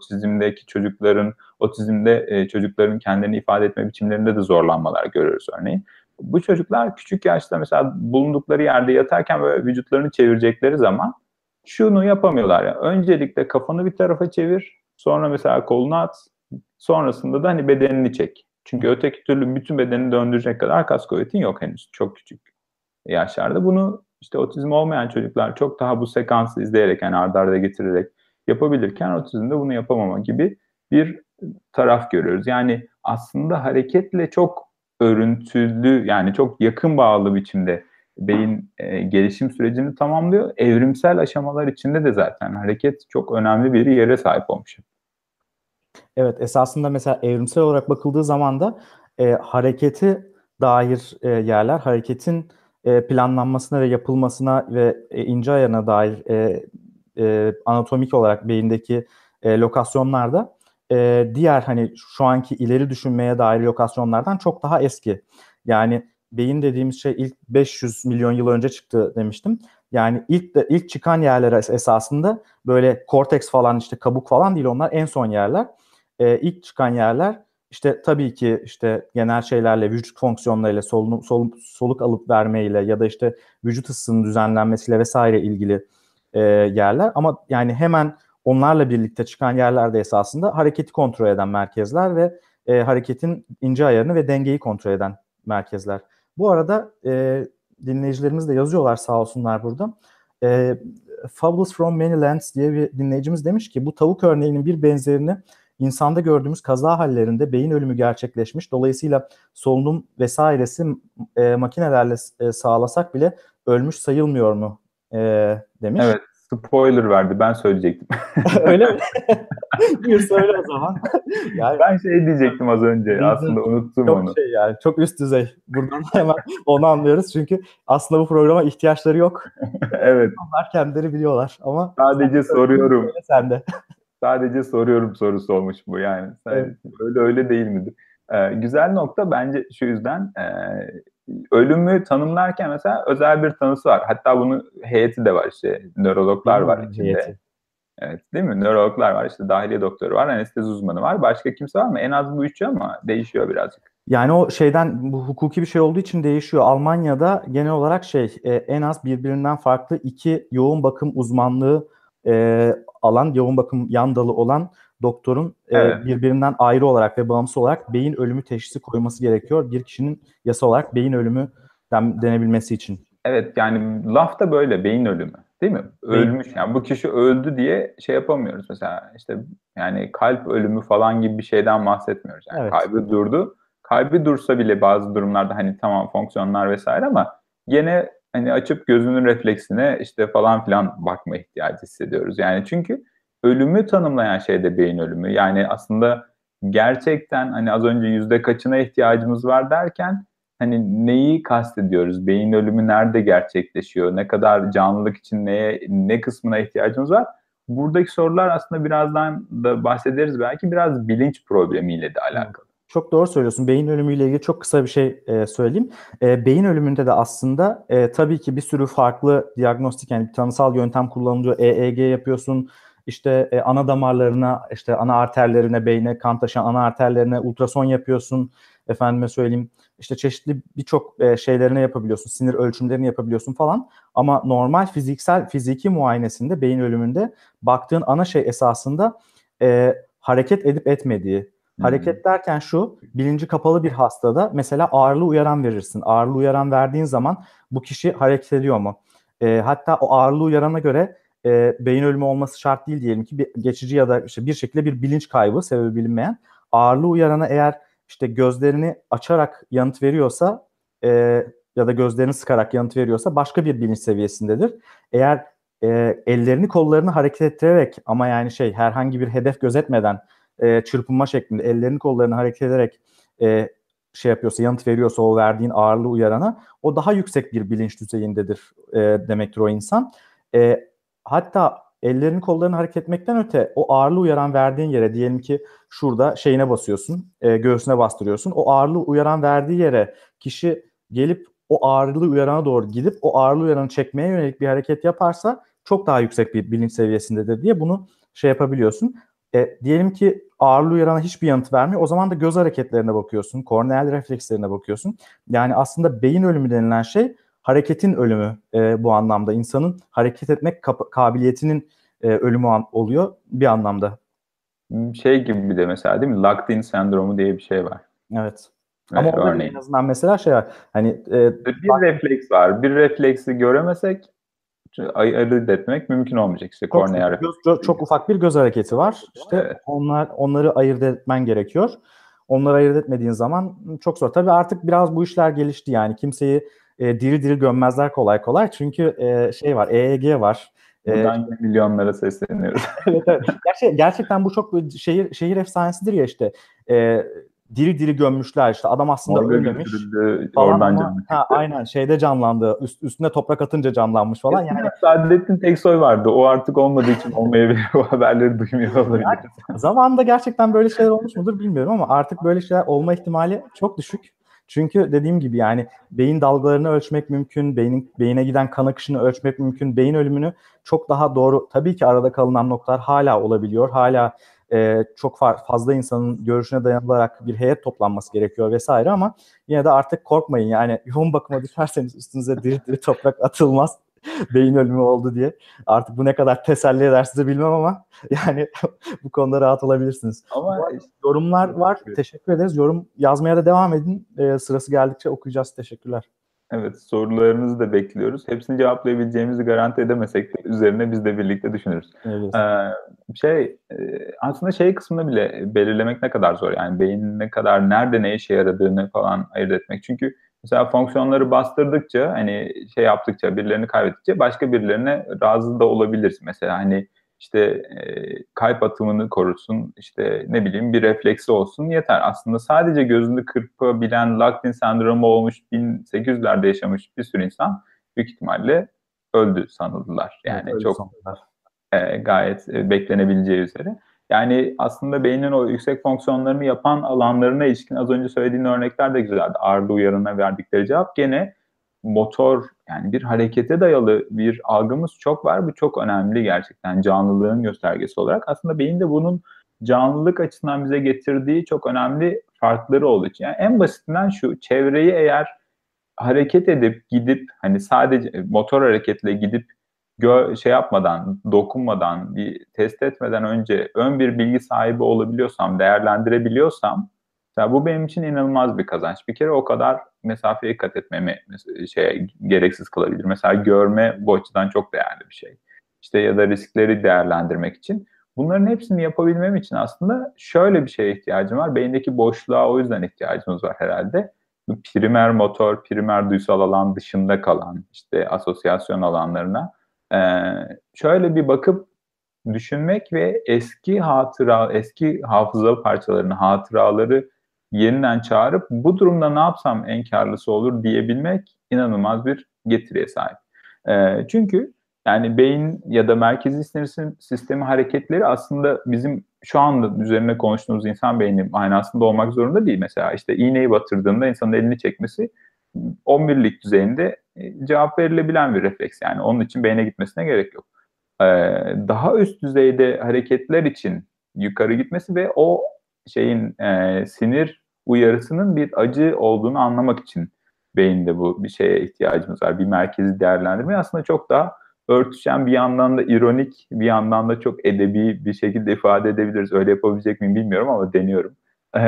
otizmde çocukların kendini ifade etme biçimlerinde de zorlanmalar görüyoruz örneğin. Bu çocuklar küçük yaşta mesela bulundukları yerde yatarken böyle vücutlarını çevirecekleri zaman şunu yapamıyorlar. Yani öncelikle kafanı bir tarafa çevir, sonra mesela kolunu at, sonrasında da hani bedenini çek. Çünkü öteki türlü bütün bedenini döndürecek kadar kas kuvvetin yok henüz. Çok küçük yaşlarda. Bunu işte otizm olmayan çocuklar çok daha bu sekansı izleyerek yani arda arda getirerek yapabilirken otizmde bunu yapamama gibi bir taraf görüyoruz. Yani aslında hareketle çok örüntülü yani çok yakın bağlı biçimde beyin gelişim sürecini tamamlıyor. Evrimsel aşamalar içinde de zaten hareket çok önemli bir yere sahip olmuş. Evet, esasında mesela evrimsel olarak bakıldığı zaman da hareketi dair yerler, hareketin planlanmasına ve yapılmasına ve ince ayarına dair anatomik olarak beyindeki lokasyonlarda diğer hani şu anki ileri düşünmeye dair lokasyonlardan çok daha eski. Yani beyin dediğimiz şey ilk 500 milyon yıl önce çıktı demiştim. Yani ilk çıkan yerler esasında böyle korteks falan işte kabuk falan değil, onlar en son yerler. İlk çıkan yerler işte tabii ki işte genel şeylerle, vücut fonksiyonlarıyla, soluk alıp vermeyle ya da işte vücut ısısının düzenlenmesiyle vesaire ilgili yerler. Ama yani hemen onlarla birlikte çıkan yerlerde esasında hareketi kontrol eden merkezler ve hareketin ince ayarını ve dengeyi kontrol eden merkezler. Bu arada dinleyicilerimiz de yazıyorlar sağ olsunlar burada. Fables from Many Lands diye bir dinleyicimiz demiş ki bu tavuk örneğinin bir benzerini insanda gördüğümüz kaza hallerinde beyin ölümü gerçekleşmiş. Dolayısıyla solunum vesairesi makinelerle sağlasak bile ölmüş sayılmıyor mu demiş. Evet, spoiler verdi. Ben söyleyecektim. Öyle mi? Bir söyle o zaman. Yani, ben şey diyecektim az önce. Aslında unuttum çok onu. Yani çok üst düzey. Buradan hemen onu anlıyoruz. Çünkü aslında bu programa ihtiyaçları yok. Evet. Onlar kendileri biliyorlar. Ama Sadece soruyorum. Sen de. Sadece soruyorum sorusu olmuş bu yani. Evet. Öyle değil midir? Güzel nokta bence şu yüzden ölümü tanımlarken mesela özel bir tanısı var. Hatta bunun heyeti de var işte nörologlar var içinde. Heyeti. Evet, değil mi? Nörologlar var, işte dahiliye doktoru var, anestezi uzmanı var. Başka kimse var mı? En az bu üçü ama değişiyor birazcık. Yani o şeyden bu hukuki bir şey olduğu için değişiyor. Almanya'da genel olarak en az birbirinden farklı iki yoğun bakım uzmanlığı alan, yoğun bakım yan dalı olan doktorun Evet. birbirinden ayrı olarak ve bağımsız olarak beyin ölümü teşhisi koyması gerekiyor. Bir kişinin yasa olarak beyin ölümü denebilmesi için. Evet, yani laf da böyle, beyin ölümü değil mi? Ölmüş, yani bu kişi öldü diye şey yapamıyoruz mesela, işte yani kalp ölümü falan gibi bir şeyden bahsetmiyoruz. Yani Evet. kalbi durdu. Kalbi dursa bile bazı durumlarda hani tamam fonksiyonlar vesaire ama gene hani açıp gözünün refleksine işte falan filan bakma ihtiyacı hissediyoruz. Yani çünkü ölümü tanımlayan şey de beyin ölümü. Yani aslında gerçekten hani az önce yüzde kaçına ihtiyacımız var derken hani neyi kastediyoruz? Beyin ölümü nerede gerçekleşiyor? Ne kadar canlılık için ne kısmına ihtiyacımız var? Buradaki sorular aslında birazdan da bahsederiz belki, biraz bilinç problemiyle de alakalı. Çok doğru söylüyorsun. Beyin ölümüyle ilgili çok kısa bir şey söyleyeyim. Beyin ölümünde de aslında tabii ki bir sürü farklı diagnostik, yani bir tanısal yöntem kullanılıyor. EEG yapıyorsun. İşte ana damarlarına, işte ana arterlerine, beyne kan taşıyan ana arterlerine ultrason yapıyorsun. Efendime söyleyeyim. İşte çeşitli birçok şeylerine yapabiliyorsun. Sinir ölçümlerini yapabiliyorsun falan. Ama normal fiziki muayenesinde beyin ölümünde baktığın ana şey esasında hareket edip etmediği. Hareket derken şu, bilinci kapalı bir hastada mesela ağırlığı uyaran verirsin. Ağırlığı uyaran verdiğin zaman bu kişi hareket ediyor mu? Hatta o ağırlığı uyarana göre beyin ölümü olması şart değil, diyelim ki bir geçici ya da işte bir şekilde bir bilinç kaybı, sebebi bilinmeyen. Ağırlığı uyarana eğer işte gözlerini açarak yanıt veriyorsa e, ya da gözlerini sıkarak yanıt veriyorsa başka bir bilinç seviyesindedir. Eğer ellerini kollarını hareket ettirerek ama yani herhangi bir hedef gözetmeden çırpınma şeklinde ellerini kollarını hareket ederek yapıyorsa, yanıt veriyorsa o verdiğin ağırlığı uyarana, o daha yüksek bir bilinç düzeyindedir demektir o insan. Hatta ellerini kollarını hareket etmekten öte o ağırlığı uyaran verdiğin yere, diyelim ki şurada şeyine basıyorsun, göğsüne bastırıyorsun. O ağırlığı uyaran verdiği yere kişi gelip o ağırlığı uyarana doğru gidip o ağırlığı uyaranı çekmeye yönelik bir hareket yaparsa çok daha yüksek bir bilinç seviyesindedir diye bunu yapabiliyorsun. Diyelim ki ağırlığı uyarana hiçbir yanıt vermiyor. O zaman da göz hareketlerine bakıyorsun, korneal reflekslerine bakıyorsun. Yani aslında beyin ölümü denilen şey hareketin ölümü bu anlamda. İnsanın hareket etmek kabiliyetinin ölümü oluyor bir anlamda. Şey gibi bir de mesela değil mi? Locked in sendromu diye bir şey var. Evet. Ama orada en azından mesela var. Hani bir refleks var. Bir refleksi göremesek ayırt etmek mümkün olmayacak. İşte kornea refleksi. çok ufak bir göz hareketi var. İşte evet. Onları ayırt etmen gerekiyor. Onları ayırt etmediğin zaman çok zor. Tabii artık biraz bu işler gelişti yani. Kimseyi diri diri gömmezler kolay kolay. Çünkü var, EEG var. Buradan milyonlara sesleniyoruz. Evet. Gerçekten bu çok şehir efsanesidir ya işte. Diri diri gömmüşler, işte adam aslında Orada ölmemiş falan oradan ama canlı çıktı. aynen canlandı. Üstüne toprak atınca canlanmış falan. Yani Saadettin Teksoy vardı. O artık olmadığı için olmayabilir. O haberleri duymuyor olabilir. zamanında gerçekten böyle şeyler olmuş mudur bilmiyorum ama artık böyle şeyler olma ihtimali çok düşük. Çünkü dediğim gibi yani beyin dalgalarını ölçmek mümkün, beyine giden kan akışını ölçmek mümkün, beyin ölümünü çok daha doğru. Tabii ki arada kalınan noktalar hala olabiliyor. Hala çok fazla insanın görüşüne dayanılarak bir heyet toplanması gerekiyor vesaire ama yine de artık korkmayın. Yani yoğun bakıma düşerseniz üstünüze diri diri toprak atılmaz. Beyin ölümü oldu diye. Artık bu ne kadar teselli eder size bilmem ama yani bu konuda rahat olabilirsiniz. Ama yorumlar var. Teşekkür ederiz. Yorum yazmaya da devam edin. Sırası geldikçe okuyacağız. Teşekkürler. Evet, sorularınızı da bekliyoruz. Hepsini cevaplayabileceğimizi garanti edemesek de üzerine biz de birlikte düşünürüz. Aslında kısmını bile belirlemek ne kadar zor. Yani beynin ne kadar, nerede ne işe yaradığını falan ayırt etmek. Çünkü mesela fonksiyonları bastırdıkça, hani yaptıkça, birilerini kaybettikçe başka birilerine razı da olabilirsin. Mesela hani işte kalp atımını korusun, işte ne bileyim bir refleksi olsun yeter. Aslında sadece gözünü kırpabilen Locked-in sendromu olmuş 1800'lerde yaşamış bir sürü insan büyük ihtimalle öldü sanıldılar. Yani evet, çok gayet beklenebileceği üzere. Yani aslında beynin o yüksek fonksiyonlarını yapan alanlarına ilişkin az önce söylediğin örnekler de güzeldi. Ağırlığı uyarına verdikleri cevap gene motor, yani bir harekete dayalı bir algımız çok var. Bu çok önemli gerçekten canlılığın göstergesi olarak. Aslında beyin de bunun canlılık açısından bize getirdiği çok önemli farkları olduğu için. Yani en basitinden şu, çevreyi eğer hareket edip gidip hani sadece motor hareketle gidip şey yapmadan, dokunmadan, bir test etmeden önce ön bir bilgi sahibi olabiliyorsam, değerlendirebiliyorsam, mesela bu benim için inanılmaz bir kazanç. Bir kere o kadar mesafeye kat etmemi gereksiz kılabilir. Mesela görme bu açıdan çok değerli bir şey. İşte ya da riskleri değerlendirmek için. Bunların hepsini yapabilmem için aslında şöyle bir şeye ihtiyacım var. Beyindeki boşluğa o yüzden ihtiyacımız var herhalde. Bu primer motor, primer duysal alan dışında kalan işte asosyasyon alanlarına şöyle bir bakıp düşünmek ve eski hafıza parçalarını, hatıraları yeniden çağırıp bu durumda ne yapsam en karlısı olur diyebilmek inanılmaz bir getiriye sahip. Çünkü yani beyin ya da merkezi sinir sistemi hareketleri aslında bizim şu anda üzerine konuştuğumuz insan beyni aynasında olmak zorunda değil. Mesela işte iğneyi batırdığında insanın elini çekmesi 11'lik düzeyinde cevap verilebilen bir refleks. Yani onun için beyne gitmesine gerek yok. Daha üst düzeyde hareketler için yukarı gitmesi ve o şeyin sinir uyarısının bir acı olduğunu anlamak için beyinde bu bir şeye ihtiyacımız var. Bir merkezi değerlendirme aslında çok daha örtüşen, bir yandan da ironik, bir yandan da çok edebi bir şekilde ifade edebiliriz. Öyle yapabilecek miyim bilmiyorum ama deniyorum.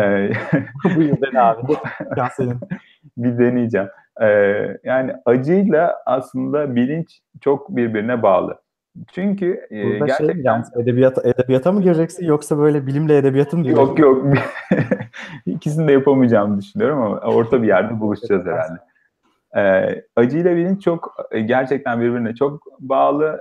Buyur dene abi. Ya senin. Bir deneyeceğim. Yani acıyla aslında bilinç çok birbirine bağlı. Çünkü Burada gerçekten yalnız edebiyata mı gireceksin yoksa böyle bilimle edebiyatı mı gireceksin? yok ikisini de yapamayacağımı düşünüyorum ama orta bir yerde buluşacağız herhalde. Acıyla bilinç çok gerçekten birbirine çok bağlı.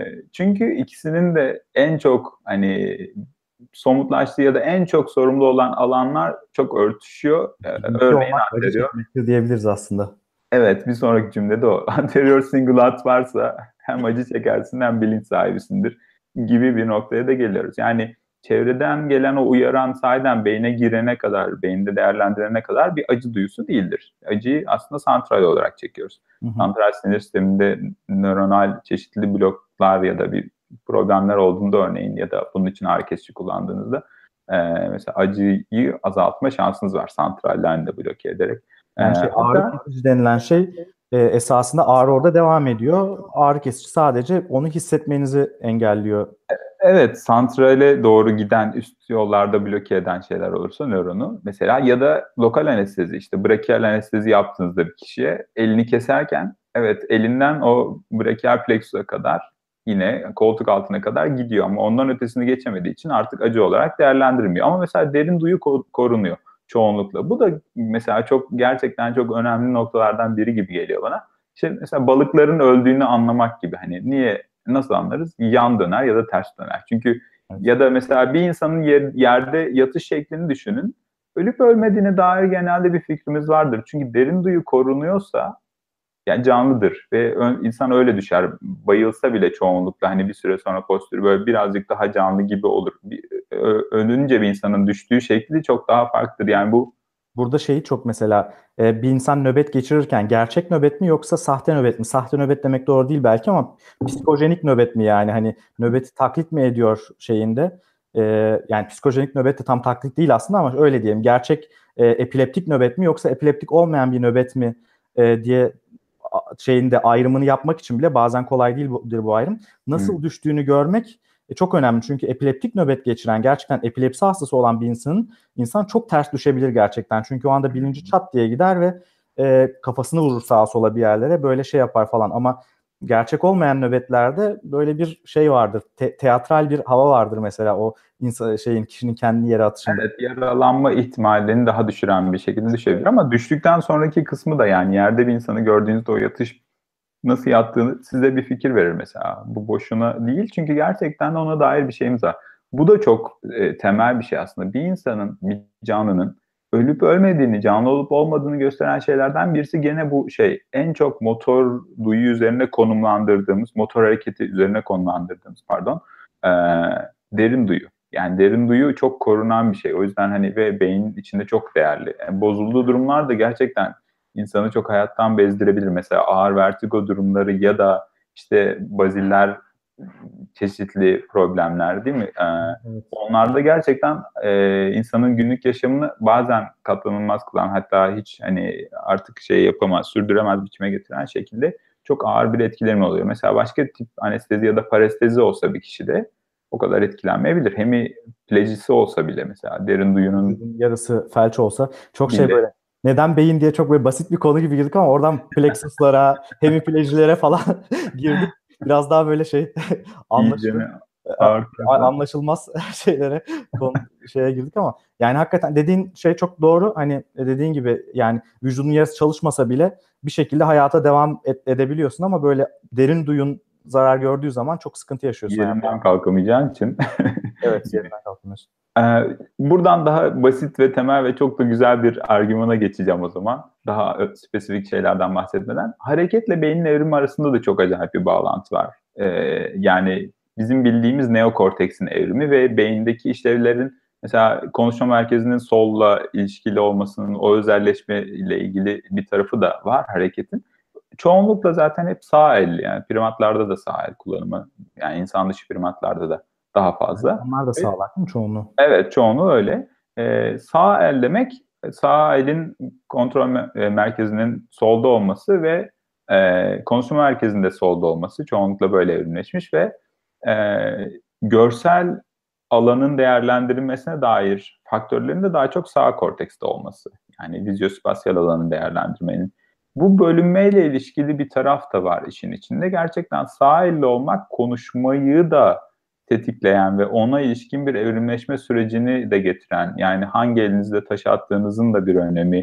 Çünkü ikisinin de en çok hani somutlaştığı ya da en çok sorumlu olan alanlar çok örtüşüyor. Örneğin Olmak acı anterior. çekmektir diyebiliriz aslında. Evet, bir sonraki cümlede o. Anterior singulat varsa hem acı çekersin hem bilinç sahibisindir gibi bir noktaya da geliyoruz. Yani çevreden gelen o uyaran sahiden beyne girene kadar, beyinde değerlendirene kadar bir acı duyusu değildir. Acıyı aslında santral olarak çekiyoruz. Santral sinir sisteminde nöronal çeşitli bloklar ya da bir problemler olduğunda örneğin ya da bunun için ağrı kesici kullandığınızda mesela acıyı azaltma şansınız var santrallerini de bloke ederek. Yani ağrı kesici denilen şey esasında ağrı orada devam ediyor. Ağrı kesici sadece onu hissetmenizi engelliyor. Evet, santrale doğru giden üst yollarda bloke eden şeyler olursa nöronu mesela ya da lokal anestezi işte brachial anestezi yaptığınızda bir kişiye elini keserken evet elinden o brachial plexus'a kadar yine koltuk altına kadar gidiyor ama ondan ötesini geçemediği için artık acı olarak değerlendirilmiyor. Ama mesela derin duyu korunuyor çoğunlukla. Bu da mesela gerçekten çok önemli noktalardan biri gibi geliyor bana. İşte mesela balıkların öldüğünü anlamak gibi hani niye nasıl anlarız? Yan döner ya da ters döner. Çünkü ya da mesela bir insanın yerde yatış şeklini düşünün. Ölüp ölmediğine dair genelde bir fikrimiz vardır. Çünkü derin duyu korunuyorsa yani canlıdır ve insan öyle düşer. Bayılsa bile çoğunlukla hani bir süre sonra postürü böyle birazcık daha canlı gibi olur. Ölünce bir insanın düştüğü şekli çok daha farklıdır. Yani bu burada şeyi çok mesela bir insan nöbet geçirirken gerçek nöbet mi yoksa sahte nöbet mi? Sahte nöbet demek doğru değil belki ama psikojenik nöbet mi yani hani nöbeti taklit mi ediyor şeyinde? Yani psikojenik nöbet de tam taklit değil aslında ama öyle diyelim. Gerçek epileptik nöbet mi yoksa epileptik olmayan bir nöbet mi diye şeyinde ayrımını yapmak için bile bazen kolay değildir bu ayrım. Nasıl düştüğünü görmek çok önemli. Çünkü epileptik nöbet geçiren gerçekten epilepsi hastası olan bir insan çok ters düşebilir gerçekten. Çünkü o anda bilinci çat diye gider ve kafasını vurur sağa sola bir yerlere böyle şey yapar falan. Ama gerçek olmayan nöbetlerde böyle bir şey vardır. Teatral bir hava vardır mesela o kişinin kendini yere atışında. Evet, yaralanma ihtimalini daha düşüren bir şekilde düşebilir ama düştükten sonraki kısmı da yani yerde bir insanı gördüğünüzde o yatış nasıl yattığını size bir fikir verir mesela. Bu boşuna değil çünkü gerçekten ona dair bir şeyimiz var. Bu da çok temel bir şey aslında. Bir insanın, bir canlının ölüp ölmediğini, canlı olup olmadığını gösteren şeylerden birisi gene bu şey. En çok motor duyu üzerine konumlandırdığımız, motor hareketi üzerine konumlandırdığımız derin duyu. Yani derin duyu çok korunan bir şey. O yüzden hani ve beynin içinde çok değerli. Yani bozulduğu durumlar da gerçekten insanı çok hayattan bezdirebilir. Mesela ağır vertigo durumları ya da işte baziller çeşitli problemler değil mi? Evet. Onlarda gerçekten insanın günlük yaşamını bazen katlanılmaz kılan hatta hiç hani artık şey yapamaz, sürdüremez biçime getiren şekilde çok ağır bir etkilerim oluyor. Mesela başka tip anestezi ya da parestezi olsa bir kişide o kadar etkilenmeyebilir. Hemiplejisi olsa bile mesela derin duyunun Vücudun yarısı felç olsa çok şey bile böyle neden beyin diye çok böyle basit bir konu gibi girdik ama oradan plexuslara, hemiplejiklere falan girdik. Biraz daha böyle şey anlaşılır, iyicene ağır konular. anlaşılmaz şeylere şeye girdik ama yani hakikaten dediğin şey çok doğru. Hani dediğin gibi yani vücudun yarısı çalışmasa bile bir şekilde hayata devam edebiliyorsun ama böyle derin duyun zarar gördüğü zaman çok sıkıntı yaşıyorsun hayatta. Yerinden kalkamayacağın için. Evet, yerinden kalkamıyorsun. Buradan daha basit ve temel ve çok da güzel bir argümana geçeceğim o zaman. Daha spesifik şeylerden bahsetmeden. Hareketle beynin evrimi arasında da çok acayip bir bağlantı var. Yani bizim bildiğimiz neokorteksin evrimi ve beyindeki işlevlerin mesela konuşma merkezinin solla ilişkili olmasının o özelleşme ile ilgili bir tarafı da var hareketin. Çoğunlukla zaten hep sağ elli, yani primatlarda da sağ el kullanımı, yani insan dışı primatlarda da daha fazla. Onlar da sağlar değil mi çoğunluğu? Evet, çoğunluğu öyle. Sağ el demek, sağ elin kontrol merkezinin solda olması ve konuşma merkezinde solda olması çoğunlukla böyle evrimleşmiş ve e, görsel alanın değerlendirilmesine dair faktörlerin de daha çok sağ kortekste olması. Yani vizyospasiyal alanın değerlendirmenin. Bu bölünmeyle ilişkili bir taraf da var işin içinde. Gerçekten sağ elle olmak konuşmayı da tetikleyen ve ona ilişkin bir evrimleşme sürecini de getiren, yani hangi elinizde taş attığınızın da bir önemi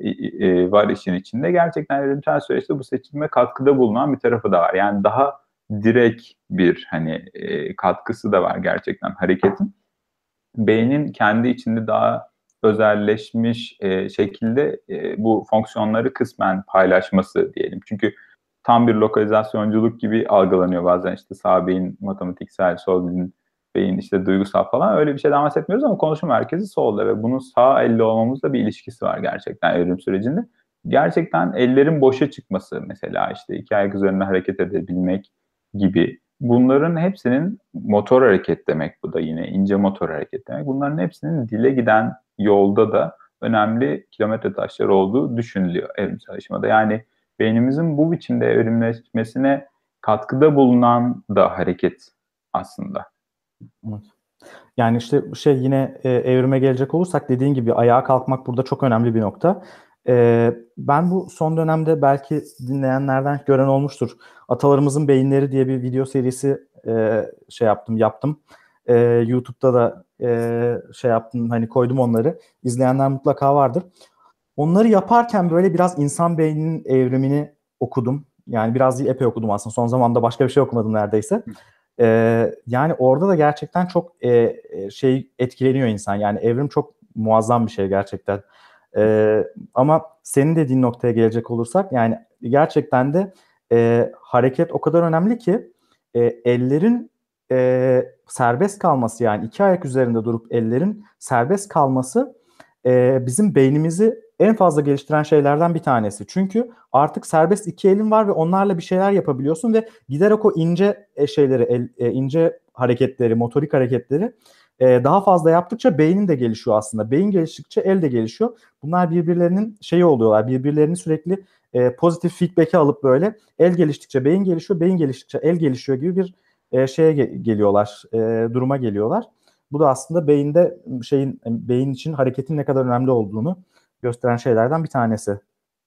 var işin içinde. Gerçekten evrimsel süreçte bu seçilime katkıda bulunan bir tarafı da var. Yani daha direkt bir katkısı da var gerçekten hareketin. Beynin kendi içinde daha özelleşmiş şekilde bu fonksiyonları kısmen paylaşması diyelim. Çünkü tam bir lokalizasyonculuk gibi algılanıyor bazen, işte sağ beyin matematiksel, sol beyin işte duygusal falan, öyle bir şeyden bahsetmiyoruz ama konuşma merkezi solda ve bunun sağ elle olmamızla bir ilişkisi var gerçekten evrim sürecinde. Gerçekten ellerin boşa çıkması, mesela işte iki ayak üzerinde hareket edebilmek gibi, bunların hepsinin motor hareket demek, bu da yine ince motor hareket demek. Bunların hepsinin dile giden yolda da önemli kilometre taşları olduğu düşünülüyor evrimsel aşamada. Yani beynimizin bu biçimde evrimleşmesine katkıda bulunan da hareket aslında. Evet. Yani işte şey yine evrime gelecek olursak dediğin gibi ayağa kalkmak burada çok önemli bir nokta. Ben bu son dönemde belki dinleyenlerden gören olmuştur. Atalarımızın Beyinleri diye bir video serisi yaptım. YouTube'da da şey yaptım, hani koydum onları. İzleyenler mutlaka vardır. Onları yaparken böyle biraz insan beyninin evrimini okudum. Yani biraz değil, epey okudum aslında. Son zamanda başka bir şey okumadım neredeyse. Yani orada da gerçekten çok şey etkileniyor insan. Yani evrim çok muazzam bir şey gerçekten. Ama senin dediğin noktaya gelecek olursak yani gerçekten de hareket o kadar önemli ki ellerin serbest kalması, yani iki ayak üzerinde durup ellerin serbest kalması bizim beynimizi en fazla geliştiren şeylerden bir tanesi. Çünkü artık serbest iki elin var ve onlarla bir şeyler yapabiliyorsun ve giderek o ince şeyleri, ince hareketleri, motorik hareketleri daha fazla yaptıkça beynin de gelişiyor aslında. Beyin geliştikçe el de gelişiyor. Bunlar birbirlerinin şeyi oluyorlar. Birbirlerini sürekli pozitif feedback'i alıp böyle el geliştikçe beyin gelişiyor, beyin geliştikçe el gelişiyor gibi bir geliyorlar, duruma geliyorlar. Bu da aslında beyinde beyin için hareketin ne kadar önemli olduğunu gösteren şeylerden bir tanesi.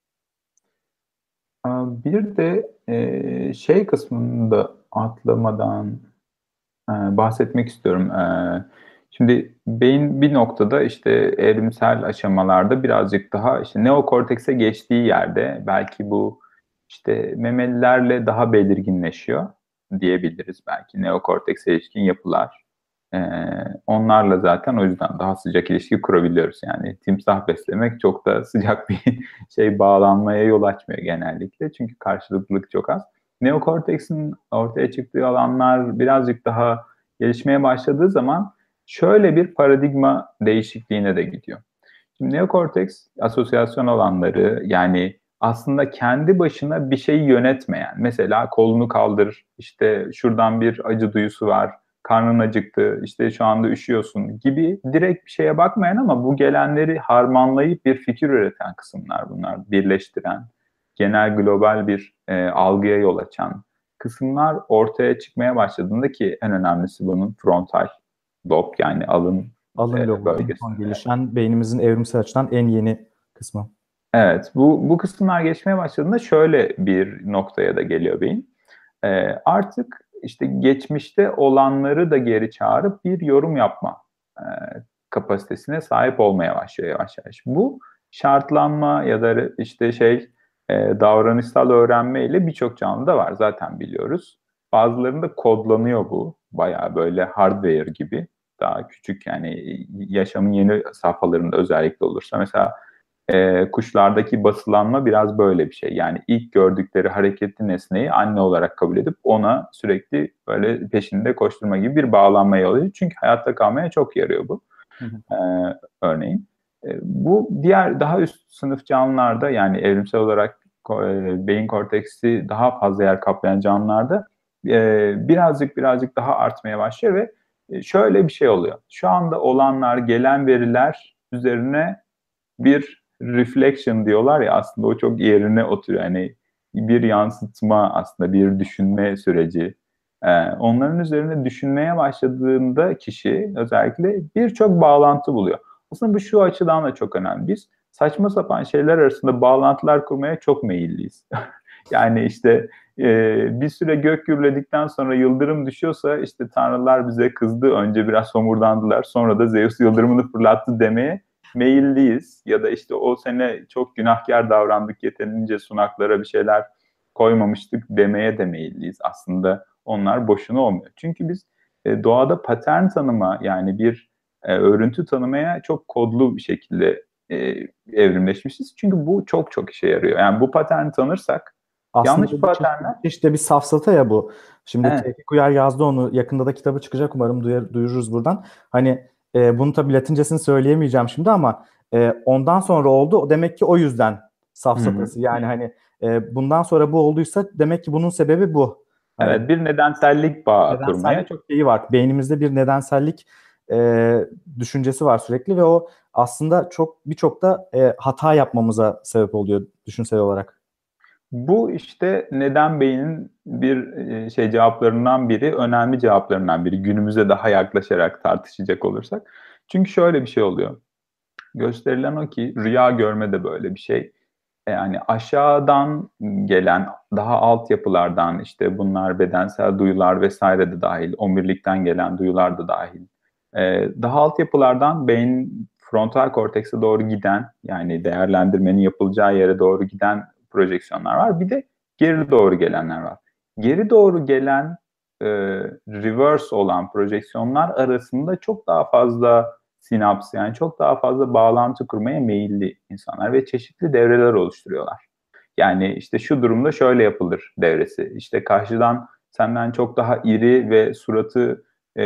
Bir de şey kısmını da atlamadan bahsetmek istiyorum. Şimdi beyin bir noktada işte evrimsel aşamalarda birazcık daha işte neokortekse geçtiği yerde belki bu işte memelilerle daha belirginleşiyor diyebiliriz belki, neokortekse ilişkin yapılar. Onlarla zaten o yüzden daha sıcak ilişki kurabiliyoruz. Yani timsah beslemek çok da sıcak bir bağlanmaya yol açmıyor genellikle. Çünkü karşılıklılık çok az. Neokorteksin ortaya çıktığı alanlar birazcık daha gelişmeye başladığı zaman şöyle bir paradigma değişikliğine de gidiyor. Şimdi neokorteks asosyasyon alanları, yani aslında kendi başına bir şeyi yönetmeyen, mesela kolunu kaldır, işte şuradan bir acı duyusu var, karnın acıktı, işte şu anda üşüyorsun gibi direkt bir şeye bakmayan ama bu gelenleri harmanlayıp bir fikir üreten kısımlar bunlar, birleştiren, genel global bir algıya yol açan kısımlar ortaya çıkmaya başladığında ki en önemlisi bunun frontal lob yani alın Alın lobu en son bölgesinde. gelişen beynimizin evrimsel açıdan en yeni kısmı. Evet, bu kısımlar geçmeye başladığında şöyle bir noktaya da geliyor beyin. Artık işte geçmişte olanları da geri çağırıp bir yorum yapma e, kapasitesine sahip olmaya başlıyor yavaş yavaş. Bu şartlanma ya da işte davranışsal öğrenme ile birçok canlıda var zaten biliyoruz. Bazılarında kodlanıyor bu. Bayağı böyle hardware gibi daha küçük yani yaşamın yeni safhalarında özellikle olursa mesela kuşlardaki basılanma biraz böyle bir şey. Yani ilk gördükleri hareketli nesneyi anne olarak kabul edip ona sürekli böyle peşinde koşturma gibi bir bağlanmaya oluyor. Çünkü hayatta kalmaya çok yarıyor bu. Örneğin. Bu diğer daha üst sınıf canlılarda yani evrimsel olarak beyin korteksi daha fazla yer kaplayan canlılarda birazcık daha artmaya başlıyor ve şöyle bir şey oluyor. Şu anda olanlar, gelen veriler üzerine bir reflection diyorlar ya aslında o çok yerine oturuyor. Yani bir yansıtma aslında bir düşünme süreci. Onların üzerine düşünmeye başladığında kişi özellikle birçok bağlantı buluyor. Aslında bu şu açıdan da çok önemli. Biz saçma sapan şeyler arasında bağlantılar kurmaya çok meyilliyiz. Yani işte bir süre gök gürledikten sonra yıldırım düşüyorsa işte tanrılar bize kızdı. Önce biraz homurdandılar. Sonra da Zeus yıldırımını fırlattı demeye meyilliyiz. Ya da işte o sene çok günahkar davrandık, yeterince sunaklara bir şeyler koymamıştık demeye de meyilliyiz. Aslında onlar boşuna olmuyor. Çünkü biz doğada patern tanıma yani bir örüntü tanımaya çok kodlu bir şekilde evrimleşmişiz. Çünkü bu çok çok işe yarıyor. Yani bu paterni tanırsak Aslında yanlış bu paternler... işte bir safsata ya bu. Şimdi Evet. Tevfik Uyar yazdı onu. Yakında da kitabı çıkacak umarım duyururuz buradan. Hani bunu tabii Latincesini söyleyemeyeceğim şimdi ama ondan sonra oldu. Demek ki o yüzden safsatası. Hı-hı. Yani hani bundan sonra bu olduysa demek ki bunun sebebi bu. Hani Evet, bir nedensellik bağı kurmaya nedensellik çok... şeyi var. Beynimizde bir nedensellik düşüncesi var sürekli ve o aslında birçok da hata yapmamıza sebep oluyor düşünsel olarak. Bu işte neden beynin bir cevaplarından biri, önemli cevaplarından biri. Günümüze daha yaklaşarak tartışacak olursak. Çünkü şöyle bir şey oluyor. Gösterilen o ki rüya görme de böyle bir şey. Yani aşağıdan gelen daha alt yapılardan işte bunlar bedensel duyular vesaire de dahil, omurilikten gelen duyular da dahil. Daha alt yapılardan beyin frontal kortekse doğru giden yani değerlendirmenin yapılacağı yere doğru giden projeksiyonlar var. Bir de geri doğru gelenler var. Geri doğru gelen reverse olan projeksiyonlar arasında çok daha fazla sinaps yani çok daha fazla bağlantı kurmaya meyilli insanlar ve çeşitli devreler oluşturuyorlar. Yani işte şu durumda şöyle yapılır devresi. İşte karşıdan senden çok daha iri ve suratı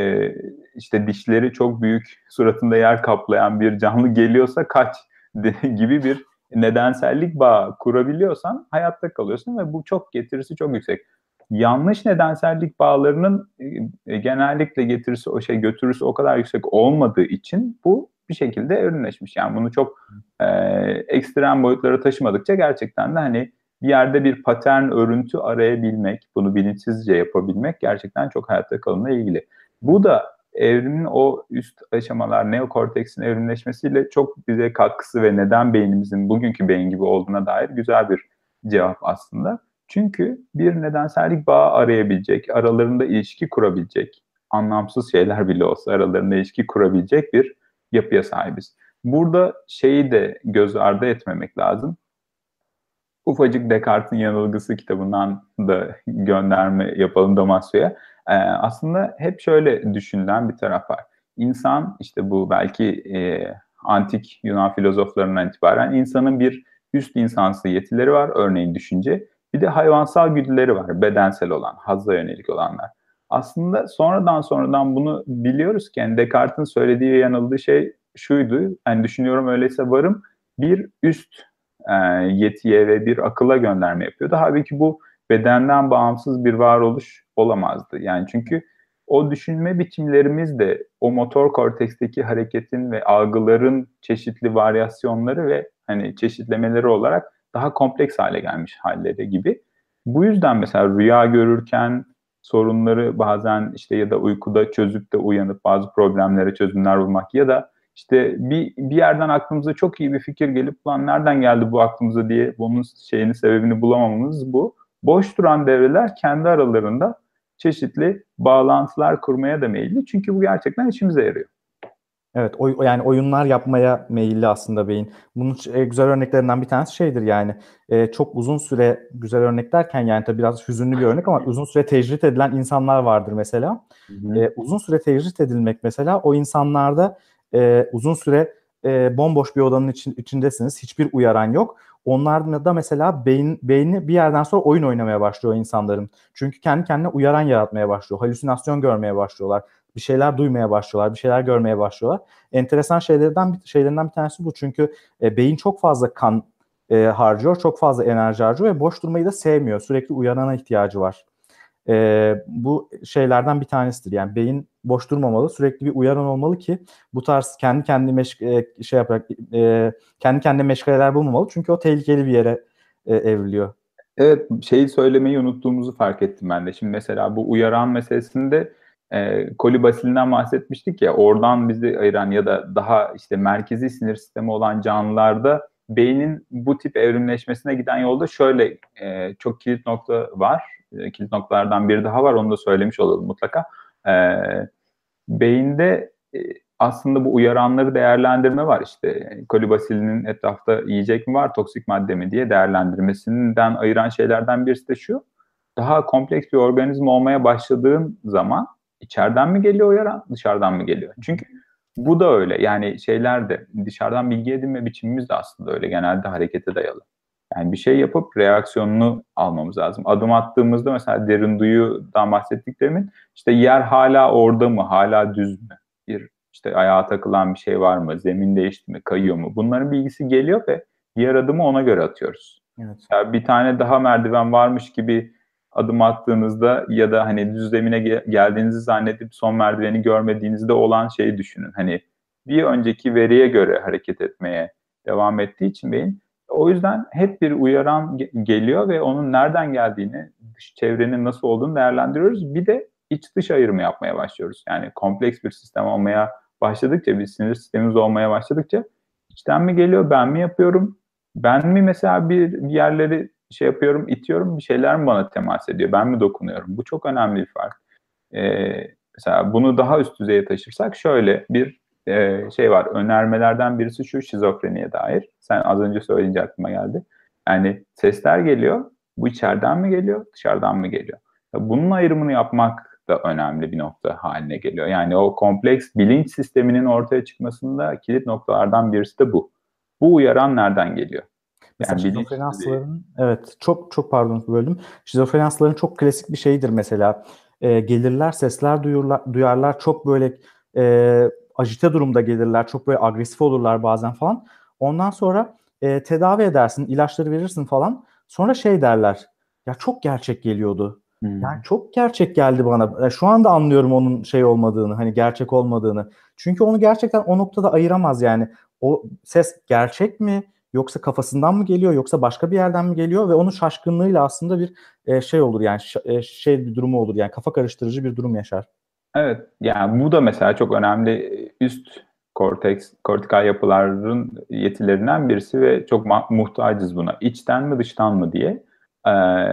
işte dişleri çok büyük suratında yer kaplayan bir canlı geliyorsa kaç gibi bir nedensellik bağı kurabiliyorsan hayatta kalıyorsun ve bu çok getirisi çok yüksek. Yanlış nedensellik bağlarının genellikle getirisi götürüsü o kadar yüksek olmadığı için bu bir şekilde evrimleşmiş. Yani bunu çok ekstrem boyutlara taşımadıkça gerçekten de hani bir yerde bir patern örüntü arayabilmek, bunu bilinçsizce yapabilmek gerçekten çok hayatta kalımla ilgili. Bu da evrimin o üst aşamalar, neokorteksin evrimleşmesiyle çok bize katkısı ve neden beynimizin bugünkü beyin gibi olduğuna dair güzel bir cevap aslında. Çünkü bir nedensellik bağı arayabilecek, aralarında ilişki kurabilecek, anlamsız şeyler bile olsa aralarında ilişki kurabilecek bir yapıya sahibiz. Burada şeyi de göz ardı etmemek lazım. Ufacık Descartes'in Yanılgısı kitabından da gönderme yapalım Damasya'ya. Aslında hep şöyle düşünülen bir taraf var. İnsan işte bu belki antik Yunan filozoflarından itibaren insanın bir üst insansı yetileri var. Örneğin düşünce. Bir de hayvansal güdüleri var. Bedensel olan, hazza yönelik olanlar. Aslında sonradan bunu biliyoruz ki yani Descartes'in söylediği ve yanıldığı şey şuydu. Yani düşünüyorum öyleyse varım. Bir üst yetiye ve bir akıla gönderme yapıyordu. Halbuki bu bedenden bağımsız bir varoluş olamazdı. Yani çünkü o düşünme biçimlerimiz de o motor korteksteki hareketin ve algıların çeşitli varyasyonları ve hani çeşitlemeleri olarak daha kompleks hale gelmiş halleri gibi. Bu yüzden mesela rüya görürken sorunları bazen işte ya da uykuda çözüp de uyanıp bazı problemlere çözümler bulmak ya da işte bir yerden aklımıza çok iyi bir fikir gelip lan nereden geldi bu aklımıza diye bunun sebebini bulamamamız bu. Boş duran devreler kendi aralarında çeşitli bağlantılar kurmaya da meyilli. Çünkü bu gerçekten işimize yarıyor. Evet, yani oyunlar yapmaya meyilli aslında beyin. Bunun güzel örneklerinden bir tanesi şeydir yani çok uzun süre güzel örnek derken yani tabii biraz hüzünlü bir örnek ama uzun süre tecrit edilen insanlar vardır mesela. Uzun süre tecrit edilmek mesela o insanlarda uzun süre bomboş bir odanın içindesiniz. Hiçbir uyaran yok. Onlarda da mesela beyni bir yerden sonra oyun oynamaya başlıyor o insanların. Çünkü kendi kendine uyaran yaratmaya başlıyor. Halüsinasyon görmeye başlıyorlar. Bir şeyler duymaya başlıyorlar, bir şeyler görmeye başlıyorlar. Enteresan şeylerinden bir tanesi bu. Çünkü beyin çok fazla kan harcıyor, çok fazla enerji harcıyor ve boş durmayı da sevmiyor. Sürekli uyanana ihtiyacı var. Bu şeylerden bir tanesidir. Yani beyin boş durmamalı, sürekli bir uyaran olmalı ki bu tarz kendi kendine yaparak kendi kendine meşgaleler bulmamalı. Çünkü o tehlikeli bir yere evriliyor. Evet, şeyi söylemeyi unuttuğumuzu fark ettim ben de. Şimdi mesela bu uyaran meselesinde kolibasilinden bahsetmiştik ya, oradan bizi ayıran ya da daha işte merkezi sinir sistemi olan canlılarda beynin bu tip evrimleşmesine giden yolda şöyle çok kilit nokta var. Kilit noktalardan biri daha var, onu da söylemiş olalım mutlaka. E, Beyinde aslında bu uyaranları değerlendirme var. İşte kolibasilinin etrafta yiyecek mi var, toksik madde mi diye değerlendirmesinden ayıran şeylerden birisi de şu. Daha kompleks bir organizma olmaya başladığın zaman içeriden mi geliyor uyaran, dışarıdan mı geliyor? Çünkü bu da öyle. Yani şeyler de dışarıdan bilgi edinme biçimimiz de aslında öyle. Genelde harekete dayalı. Yani bir şey yapıp reaksiyonunu almamız lazım. Adım attığımızda mesela derin duyudan bahsettiklerimin işte yer hala orada mı, hala düz mü? Bir işte ayağa takılan bir şey var mı, zemin değişti mi, kayıyor mu? Bunların bilgisi geliyor ve diğer adımı ona göre atıyoruz. Evet. Yani bir tane daha merdiven varmış gibi adım attığınızda ya da hani düz zemine geldiğinizi zannedip son merdiveni görmediğinizde olan şeyi düşünün. Hani bir önceki veriye göre hareket etmeye devam ettiği için beyin, o yüzden hep bir uyaran geliyor ve onun nereden geldiğini, dış çevrenin nasıl olduğunu değerlendiriyoruz. Bir de iç dış ayrımı yapmaya başlıyoruz. Yani kompleks bir sistem olmaya başladıkça, bir sinir sistemimiz olmaya başladıkça içten mi geliyor, ben mi yapıyorum? Ben mi mesela bir yerleri şey yapıyorum, itiyorum, bir şeyler mi bana temas ediyor, ben mi dokunuyorum? Bu çok önemli bir fark. Mesela bunu daha üst düzeye taşırsak şöyle bir şey var. Önermelerden birisi şu, şizofreniye dair. Sen az önce söyleyince aklıma geldi. Yani sesler geliyor. Bu içeriden mi geliyor, dışarıdan mı geliyor? Bunun ayrımını yapmak da önemli bir nokta haline geliyor. Yani o kompleks bilinç sisteminin ortaya çıkmasında kilit noktalardan birisi de bu. Bu uyaran nereden geliyor? Mesela Yani bilinç şizofreni düzeyi. hastaların, evet, çok pardon böldüm. Şizofreni hastaların çok klasik bir şeydir mesela. Gelirler, sesler duyarlar, çok böyle ajite durumda gelirler, çok böyle agresif olurlar bazen falan. Ondan sonra tedavi edersin, ilaçları verirsin falan. Sonra şey derler, ya çok gerçek geliyordu. Yani çok gerçek geldi bana. Şu anda anlıyorum onun şey olmadığını, hani gerçek olmadığını. Çünkü onu gerçekten o noktada ayıramaz yani. O ses gerçek mi? Yoksa kafasından mı geliyor yoksa başka bir yerden mi geliyor ve onun şaşkınlığıyla aslında bir şey olur yani şey bir durumu olur yani kafa karıştırıcı bir durum yaşar. Evet, yani bu da mesela çok önemli üst kortikal yapıların yetilerinden birisi ve çok muhtacız buna. İçten mi dıştan mı diye. Ee,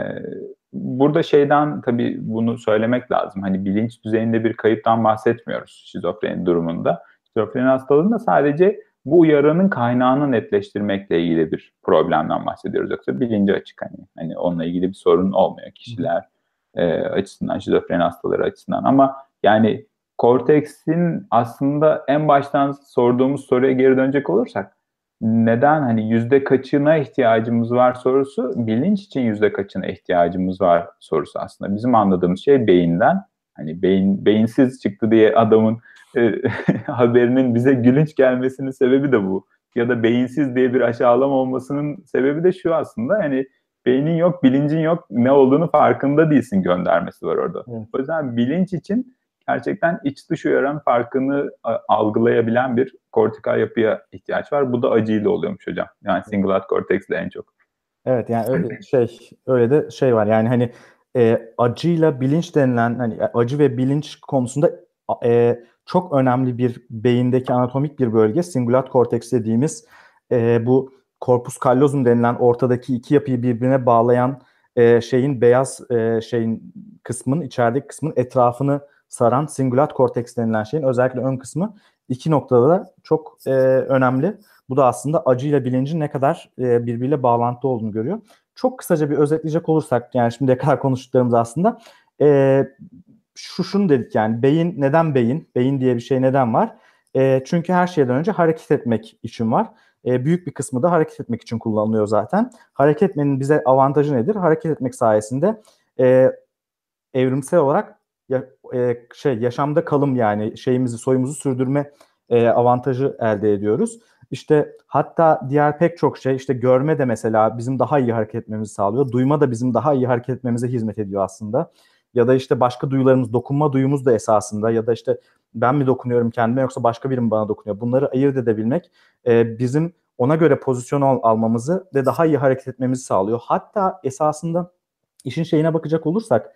Burada şeyden tabii bunu söylemek lazım. Hani bilinç düzeyinde bir kayıptan bahsetmiyoruz şizofreni durumunda. Şizofreni hastalığında sadece bu uyaranın kaynağını netleştirmekle ilgili bir problemden bahsediyoruz. Yoksa bilinci açık, hani onunla ilgili bir sorun olmuyor kişiler açısından, şizofreni hastaları açısından. Ama yani korteksin aslında en baştan sorduğumuz soruya geri dönecek olursak, neden hani yüzde kaçına ihtiyacımız var sorusu, bilinç için yüzde kaçına ihtiyacımız var sorusu aslında. Bizim anladığımız şey beyinden. Hani beyinsiz çıktı diye adamın haberinin bize gülünç gelmesinin sebebi de bu. Ya da beyinsiz diye bir aşağılama olmasının sebebi de şu aslında. Hani beynin yok, bilincin yok, ne olduğunu farkında değilsin göndermesi var orada. Evet. O yüzden bilinç için gerçekten iç dış uyaran farkını algılayabilen bir kortikal yapıya ihtiyaç var. Bu da acıyla oluyormuş hocam. Yani cingulate korteksle en çok. Evet, yani öyle de şey var yani hani acıyla bilinç denilen, hani acı ve bilinç konusunda çok önemli bir beyindeki anatomik bir bölge, cingulate korteks dediğimiz bu corpus callosum denilen ortadaki iki yapıyı birbirine bağlayan şeyin beyaz şeyin kısmının, içerideki kısmın etrafını saran cingulate korteks denilen şeyin özellikle ön kısmı iki noktada da çok önemli. Bu da aslında acıyla bilincin ne kadar birbiriyle bağlantılı olduğunu görüyor. Çok kısaca bir özetleyecek olursak, yani şimdiye kadar konuştuklarımız aslında e, şunu dedik, yani beyin neden beyin? Beyin diye bir şey neden var? Çünkü her şeyden önce hareket etmek için var. Büyük bir kısmı da hareket etmek için kullanılıyor zaten. Hareket etmenin bize avantajı nedir? Hareket etmek sayesinde e, evrimsel olarak yaşamda kalım, yani soyumuzu sürdürme avantajı elde ediyoruz. İşte hatta diğer pek çok şey, işte görme de mesela bizim daha iyi hareket etmemizi sağlıyor. Duyma da bizim daha iyi hareket etmemize hizmet ediyor aslında. Ya da işte başka duyularımız, dokunma duyumuz da esasında, ya da işte ben mi dokunuyorum kendime yoksa başka biri mi bana dokunuyor? Bunları ayırt edebilmek bizim ona göre pozisyon almamızı ve daha iyi hareket etmemizi sağlıyor. Hatta esasında işin şeyine bakacak olursak,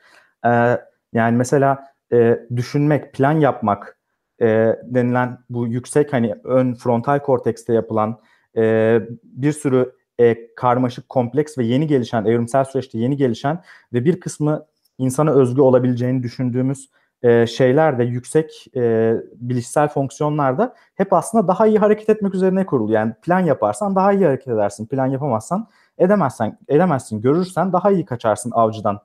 yani mesela düşünmek, plan yapmak denilen bu yüksek, hani ön frontal kortekste yapılan bir sürü karmaşık, kompleks ve yeni gelişen, evrimsel süreçte yeni gelişen ve bir kısmı insana özgü olabileceğini düşündüğümüz şeyler de, yüksek bilişsel fonksiyonlar da hep aslında daha iyi hareket etmek üzerine kurulu. Yani plan yaparsan daha iyi hareket edersin. Plan yapamazsan edemezsin. Görürsen daha iyi kaçarsın avcıdan.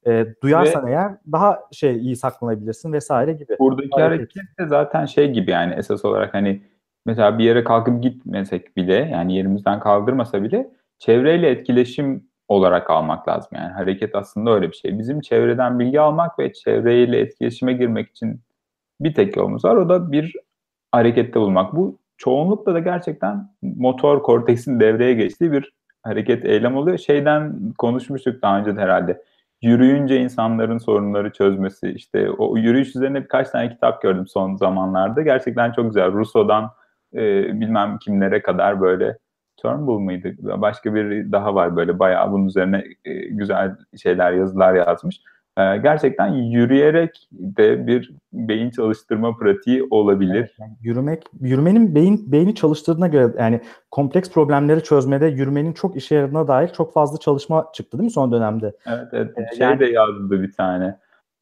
Ve Duyarsan eğer daha iyi saklanabilirsin vesaire gibi. buradaki Hareket. hareket de zaten şey gibi, yani esas olarak hani mesela bir yere kalkıp gitmesek bile, yani yerimizden kaldırmasa bile çevreyle etkileşim olarak almak lazım. Yani hareket aslında öyle bir şey. Bizim çevreden bilgi almak ve çevreyle etkileşime girmek için bir tek yolumuz var. O da bir harekette bulunmak. Bu çoğunlukla da gerçekten motor korteksin devreye geçtiği bir hareket, eylem oluyor. Şeyden konuşmuştuk daha önce de herhalde. Yürüyünce insanların sorunları çözmesi, işte o yürüyüş üzerine birkaç tane kitap gördüm son zamanlarda. Gerçekten çok güzel. Rousseau'dan bilmem kimlere kadar, böyle Turnbull mıydı? Başka bir daha var, böyle bayağı bunun üzerine güzel şeyler, yazılar yazmış. Gerçekten yürüyerek de bir beyin çalıştırma pratiği Evet, olabilir. yani yürümenin beyni çalıştırdığına göre, yani kompleks problemleri çözmede yürümenin çok işe yaradığına dair çok fazla çalışma çıktı, değil mi son dönemde? Evet, evet. Şey Yani de yazdı bir tane.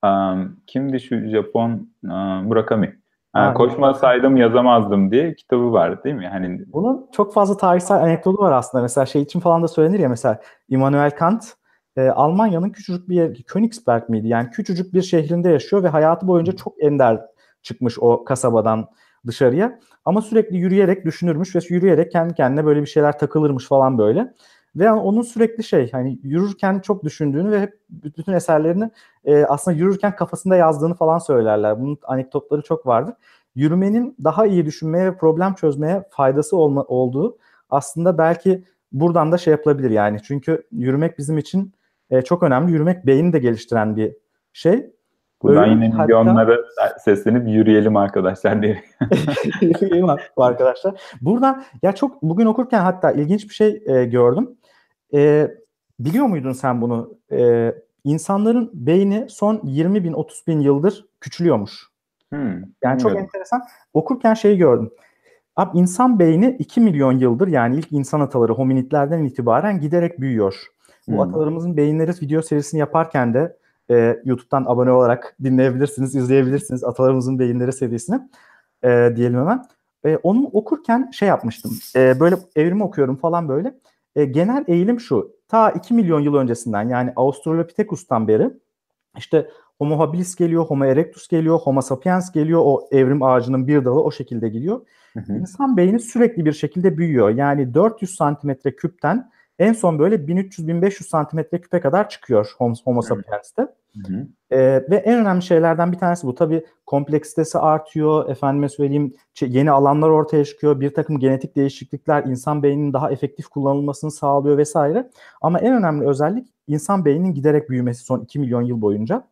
Kimdi şu Japon, Murakami. Koşmasaydım yazamazdım diye kitabı var, değil mi? Hani bunun çok fazla tarihsel anekdotu var aslında. Mesela şey için falan da söylenir ya, mesela Immanuel Kant Almanya'nın küçücük bir yer, Königsberg miydi? Yani küçücük bir şehrinde yaşıyor ve hayatı boyunca çok ender çıkmış o kasabadan dışarıya. Ama sürekli yürüyerek düşünürmüş ve yürüyerek kendi kendine böyle bir şeyler takılırmış falan böyle. Ve onun sürekli hani yürürken çok düşündüğünü ve hep bütün eserlerini aslında yürürken kafasında yazdığını falan söylerler. Bunun anekdotları çok vardır. Yürümenin daha iyi düşünmeye ve problem çözmeye faydası olduğu aslında belki buradan da yapılabilir yani. Çünkü yürümek bizim için çok önemli. Yürümek beyni de geliştiren bir şey. buradan Öyle yine ki hatta milyonlara seslenip yürüyelim arkadaşlar diye. yürüyelim arkadaşlar. Buradan ya, çok bugün okurken hatta ilginç bir şey gördüm. E, Biliyor muydun sen bunu? İnsanların beyni son 20 bin 30 bin yıldır küçülüyormuş. Yani çok Bilmiyordum. enteresan. Okurken gördüm. Abi, insan beyni 2 milyon yıldır, yani ilk insan ataları hominidlerden itibaren giderek büyüyor. Bu Hmm. atalarımızın beyinleri video serisini yaparken de YouTube'dan abone olarak dinleyebilirsiniz, izleyebilirsiniz atalarımızın beyinleri serisini diyelim hemen. Onu okurken yapmıştım. Böyle evrimi okuyorum falan böyle. Genel eğilim şu. Ta 2 milyon yıl öncesinden, yani Australopithecus'tan beri işte Homo habilis geliyor, Homo erectus geliyor, Homo sapiens geliyor. O evrim ağacının bir dalı o şekilde gidiyor. Hı hı. İnsan beyni sürekli bir şekilde büyüyor. Yani 400 santimetre küpten en son böyle 1300-1500 santimetre küpe kadar çıkıyor Homo sapiens'te. Hı hı. Ve en önemli şeylerden bir tanesi bu. Tabii kompleksitesi artıyor. Efendime söyleyeyim, yeni alanlar ortaya çıkıyor. Bir takım genetik değişiklikler insan beyninin daha efektif kullanılmasını sağlıyor vesaire. Ama en önemli özellik insan beyninin giderek büyümesi son 2 milyon yıl boyunca.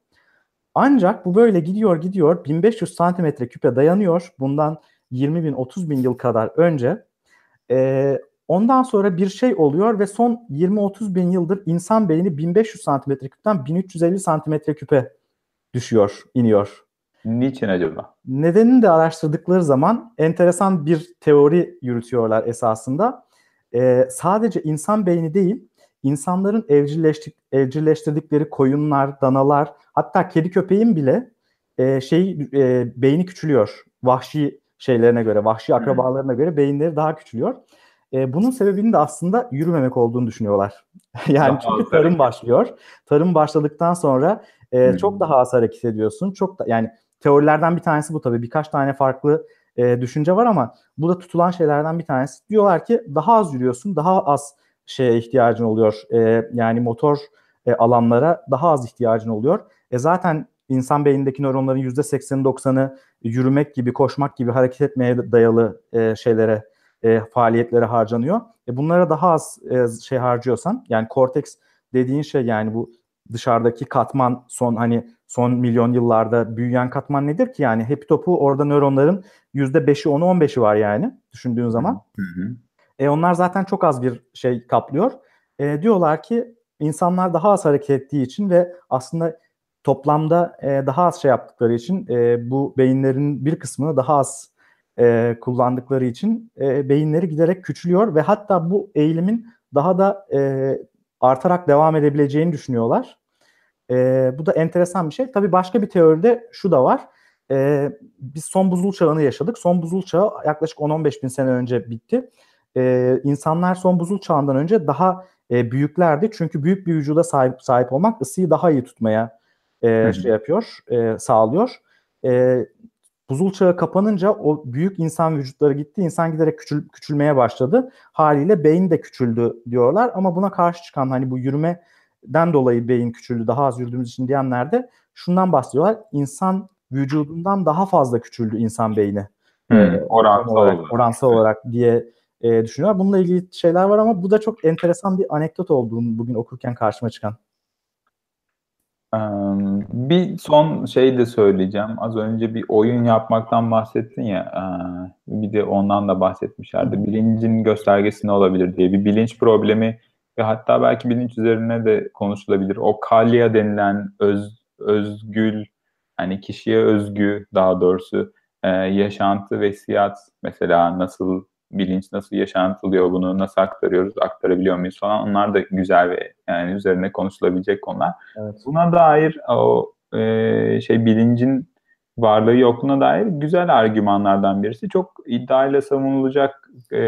Ancak bu böyle gidiyor 1500 santimetre küpe dayanıyor. Bundan 20 bin 30 bin yıl kadar önce ondan sonra bir şey oluyor ve son 20-30 bin yıldır insan beyni 1500 santimetre küpten 1350 santimetre küpe düşüyor, iniyor. Niçin acaba? Nedenini de araştırdıkları zaman enteresan bir teori yürütüyorlar esasında. Sadece insan beyni değil, insanların evcilleştirdikleri koyunlar, danalar, hatta kedi köpeğin bile beyni küçülüyor. Vahşi şeylerine göre, vahşi akrabalarına göre beyinleri daha küçülüyor. Bunun sebebinin de aslında yürümemek olduğunu düşünüyorlar. Yani çünkü tarım başlıyor. Tarım başladıktan sonra çok daha az hareket ediyorsun. Yani teorilerden bir tanesi bu tabii. Birkaç tane farklı düşünce var ama bu da tutulan şeylerden bir tanesi. Diyorlar ki daha az yürüyorsun, daha az şeye ihtiyacın oluyor. Yani motor alanlara daha az ihtiyacın oluyor. Zaten insan beynindeki nöronların %80-90'ı yürümek gibi, koşmak gibi hareket etmeye dayalı şeylere, faaliyetlere harcanıyor. Bunlara daha az şey harcıyorsan, yani korteks dediğin şey, yani bu dışarıdaki katman, son milyon yıllarda büyüyen katman nedir ki? Yani hepi topu orada nöronların %5'i, 10'u, 15'i var yani düşündüğün zaman. Onlar zaten çok az bir şey kaplıyor. Diyorlar ki insanlar daha az hareket ettiği için ve aslında toplamda daha az şey yaptıkları için, bu beyinlerin bir kısmını daha az kullandıkları için beyinleri giderek küçülüyor ve hatta bu eğilimin daha da artarak devam edebileceğini düşünüyorlar. Bu da enteresan bir şey. Tabii başka bir teoride şu da var. Biz son buzul çağını yaşadık. Son buzul çağı yaklaşık 10-15 bin sene önce bitti. İnsanlar son buzul çağından önce daha büyüklerdi. Çünkü büyük bir vücuda sahip olmak ısıyı daha iyi tutmaya sağlıyor. Buzul çağı kapanınca o büyük insan vücutları gitti. İnsan giderek küçülmeye başladı. Haliyle beyin de küçüldü diyorlar. Ama buna karşı çıkan, hani bu yürümeden dolayı beyin küçüldü, daha az yürüdüğümüz için diyenler de şundan bahsediyorlar. İnsan vücudundan daha fazla küçüldü insan beyni. Oransal olarak diye düşünüyorlar. Bununla ilgili şeyler var ama bu da çok enteresan bir anekdot olduğunu bugün okurken karşıma çıkan. Bir son şey de söyleyeceğim. Az önce bir oyun yapmaktan bahsettin ya. Bir de ondan da bahsetmişlerdi. Bilincin göstergesi ne olabilir diye bir bilinç problemi ve hatta belki bilinç üzerine de konuşulabilir. O kalya denilen özgül, hani kişiye özgü daha doğrusu yaşantı ve hissiyat, mesela nasıl bilinç nasıl yaşantılıyor, bunu nasıl aktarıyoruz, aktarabiliyor muyuz falan, onlar da güzel ve yani üzerine konuşulabilecek konular. Evet. Buna dair o bilincin varlığı yokluğuna dair güzel argümanlardan birisi. Çok iddiayla savunulacak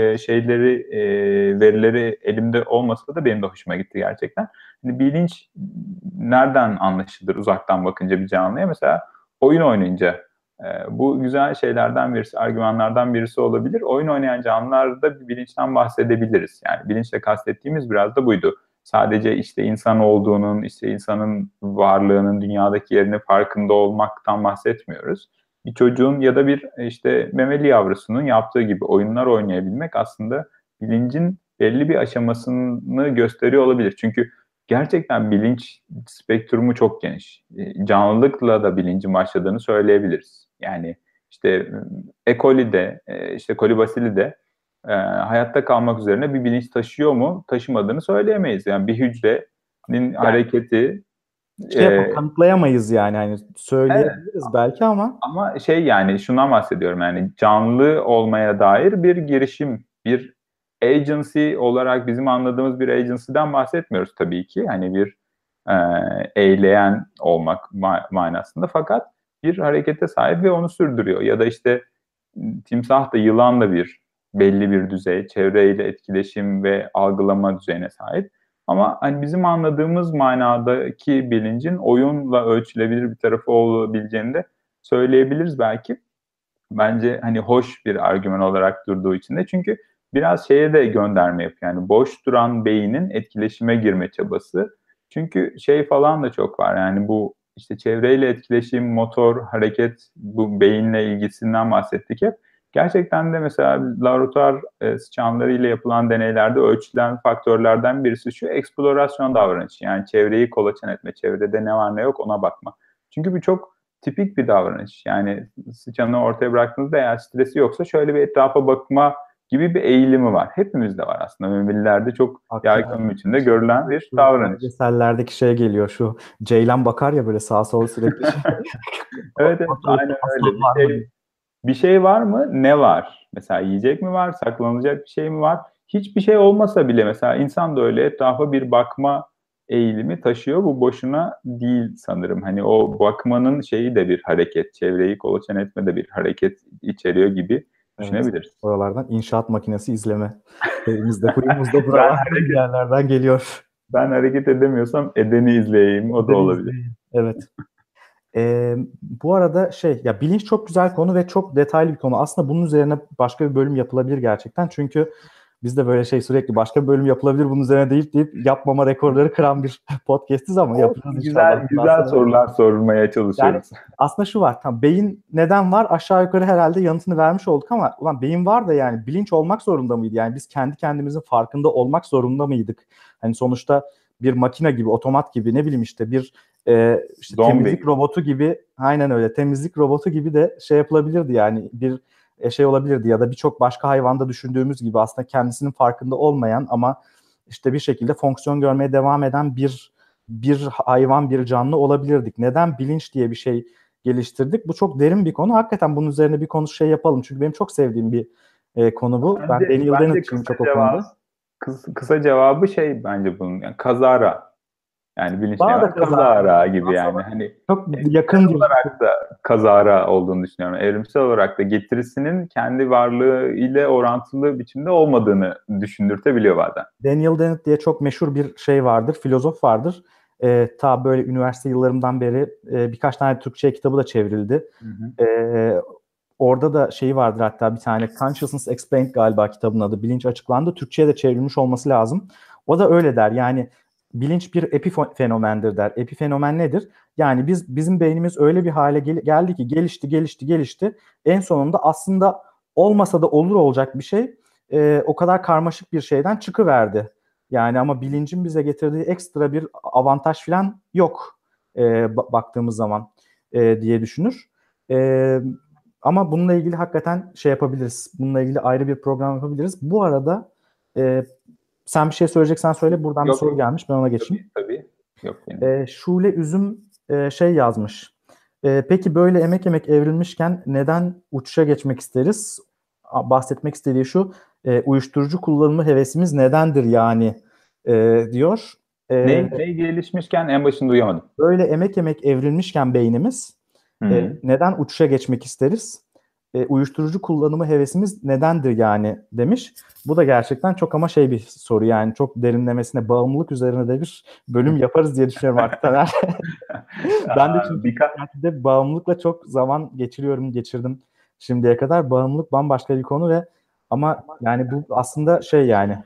verileri elimde olmasa da benim de hoşuma gitti gerçekten. Yani bilinç nereden anlaşılır uzaktan bakınca bir canlıya? Mesela oyun oynayınca bu güzel şeylerden birisi, argümanlardan birisi olabilir. Oyun oynayan canlılarda bir bilinçten bahsedebiliriz. Yani bilinçle kastettiğimiz biraz da buydu. Sadece işte insan olduğunun, işte insanın varlığının dünyadaki yerine farkında olmaktan bahsetmiyoruz. Bir çocuğun ya da bir işte memeli yavrusunun yaptığı gibi oyunlar oynayabilmek aslında bilincin belli bir aşamasını gösteriyor olabilir. Çünkü gerçekten bilinç spektrumu çok geniş. Canlılıkla da bilincin başladığını söyleyebiliriz. Yani işte E. coli'de, işte kolibasili hayatta kalmak üzerine bir bilinç taşıyor mu, taşımadığını söyleyemeyiz. Yani bir hücrenin hareketi kanıtlayamayız yani, hani söyleyebiliriz belki ama yani şundan bahsediyorum, yani canlı olmaya dair bir girişim, bir agency olarak bizim anladığımız bir agency'den bahsetmiyoruz tabii ki. Hani bir eyleyen olmak manasında, fakat bir harekete sahip ve onu sürdürüyor. Ya da işte timsah da yılan da belli bir düzey, çevreyle etkileşim ve algılama düzeyine sahip. Ama hani bizim anladığımız manadaki bilincin oyunla ölçülebilir bir tarafı olabileceğini de söyleyebiliriz belki. Bence hani hoş bir argüman olarak durduğu için de, çünkü biraz şeye de gönderme yapıyor. Yani boş duran beynin etkileşime girme çabası. Çünkü şey falan da çok var, yani bu işte çevreyle etkileşim, motor, hareket, bu beyinle ilgisinden bahsettik hep. Gerçekten de mesela laboratuvar sıçanlarıyla yapılan deneylerde ölçülen faktörlerden birisi şu: eksplorasyon davranışı. Yani çevreyi kolaçan etme, çevrede ne var ne yok ona bakma. Çünkü bu çok tipik bir davranış. Yani sıçanı ortaya bıraktığınızda eğer stresi yoksa şöyle bir etrafa bakma gibi bir eğilimi var. Hepimizde var aslında. Memelilerde çok yaygın biçimde görülen bir davranış. Belgesellerdeki şey geliyor, şu Ceylan bakar ya böyle sağa sola sürekli. Evet, aynen öyle. Bir şey var mı? Ne var? Mesela yiyecek mi var? Saklanacak bir şey mi var? Hiçbir şey olmasa bile mesela insan da öyle etrafa bir bakma eğilimi taşıyor. Bu boşuna değil sanırım. Hani o bakmanın şeyi de bir hareket. Çevreyi kolaçan etme de bir hareket içeriyor gibi düşünebiliriz. Evet, oralardan inşaat makinesi izleme. Evimizde, kuyumuzda buralardan bir yerlerden geliyor. Ben hareket edemiyorsam edeni izleyeyim. O da olabilir. Evet. Bu arada ya bilinç çok güzel konu ve çok detaylı bir konu. Aslında bunun üzerine başka bir bölüm yapılabilir gerçekten. Çünkü biz de böyle sürekli başka bir bölüm yapılabilir bunun üzerine deyip yapmama rekorları kıran bir podcastiz ama yapacağız inşallah. Güzel sorular sormaya çalışıyoruz. Yani aslında şu var, tam beyin neden var aşağı yukarı herhalde yanıtını vermiş olduk ama ulan beyin var da yani bilinç olmak zorunda mıydı? Yani biz kendi kendimizin farkında olmak zorunda mıydık? Hani sonuçta bir makine gibi, otomat gibi, ne bileyim işte bir temizlik robotu gibi, aynen öyle, temizlik robotu gibi de yapılabilirdi yani, bir olabilirdi ya da birçok başka hayvanda düşündüğümüz gibi aslında kendisinin farkında olmayan ama işte bir şekilde fonksiyon görmeye devam eden bir hayvan, bir canlı olabilirdik. Neden bilinç diye bir şey geliştirdik? Bu çok derin bir konu. Hakikaten bunun üzerine bir konu yapalım. Çünkü benim çok sevdiğim bir konu bu. Ben Daniel Dennett'çiyim çok o konuda. Kısa cevabı bence bunun. Yani kazara. Yani bilinç ne var? Kazara gibi yani. Hani çok yakın olarak da kazara olduğunu düşünüyorum. Evrimsel olarak da getirisinin kendi varlığı ile orantılı biçimde olmadığını düşündürtebiliyor bazen. Daniel Dennett diye çok meşhur bir vardır, filozof vardır. Ta böyle üniversite yıllarımdan beri birkaç tane Türkçe kitabı da çevrildi. Hı hı. Orada da vardır hatta bir tane, Consciousness Explained galiba kitabın adı. Bilinç açıklandı. Türkçe'ye de çevrilmiş olması lazım. O da öyle der. Yani bilinç bir epifenomendir der. Epifenomen nedir? Yani bizim beynimiz öyle bir hale geldi ki gelişti. En sonunda aslında olmasa da olur olacak bir şey o kadar karmaşık bir şeyden çıkıverdi. Yani ama bilincin bize getirdiği ekstra bir avantaj falan yok baktığımız zaman diye düşünür. Ama bununla ilgili hakikaten yapabiliriz. Bununla ilgili ayrı bir program yapabiliriz. Bu arada sen bir şey söyleyeceksen söyle. Buradan bir soru gelmiş. Ben ona geçeyim. Tabii. Yok Şule Üzüm yazmış. Peki böyle emek evrilmişken neden uçuşa geçmek isteriz? Bahsetmek istediği şu. Uyuşturucu kullanımı hevesimiz nedendir yani diyor. Ne gelişmişken en başında duyamadım. Böyle emek evrilmişken beynimiz neden uçuşa geçmek isteriz? Uyuşturucu kullanımı hevesimiz nedendir yani demiş. Bu da gerçekten çok ama bir soru yani, çok derinlemesine bağımlılık üzerine de bir bölüm yaparız diye düşünüyorum artık Taner. Ben de çünkü bağımlılıkla çok zaman geçirdim şimdiye kadar. Bağımlılık bambaşka bir konu ve ama yani bu aslında yani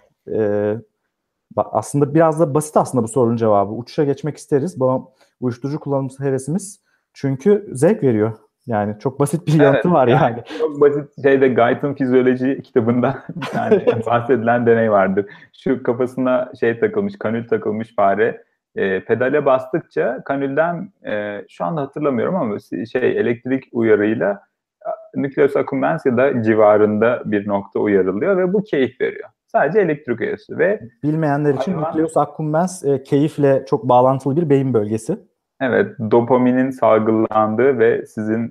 aslında biraz da basit aslında bu sorunun cevabı. Uçuşa geçmek isteriz. Uyuşturucu kullanımı hevesimiz çünkü zevk veriyor. Yani çok basit bir yanıtı var yani. Çok basit Guyton Fizyoloji kitabında bir tane bahsedilen deney vardır. Şu kafasına takılmış, kanül takılmış fare. Pedale bastıkça kanülden şu anda hatırlamıyorum ama elektrik uyarıyla nükleus accumbens ya da civarında bir nokta uyarılıyor ve bu keyif veriyor. Sadece elektrik uyarısı ve bilmeyenler için nükleus accumbens keyifle çok bağlantılı bir beyin bölgesi. Evet, dopaminin salgılandığı ve sizin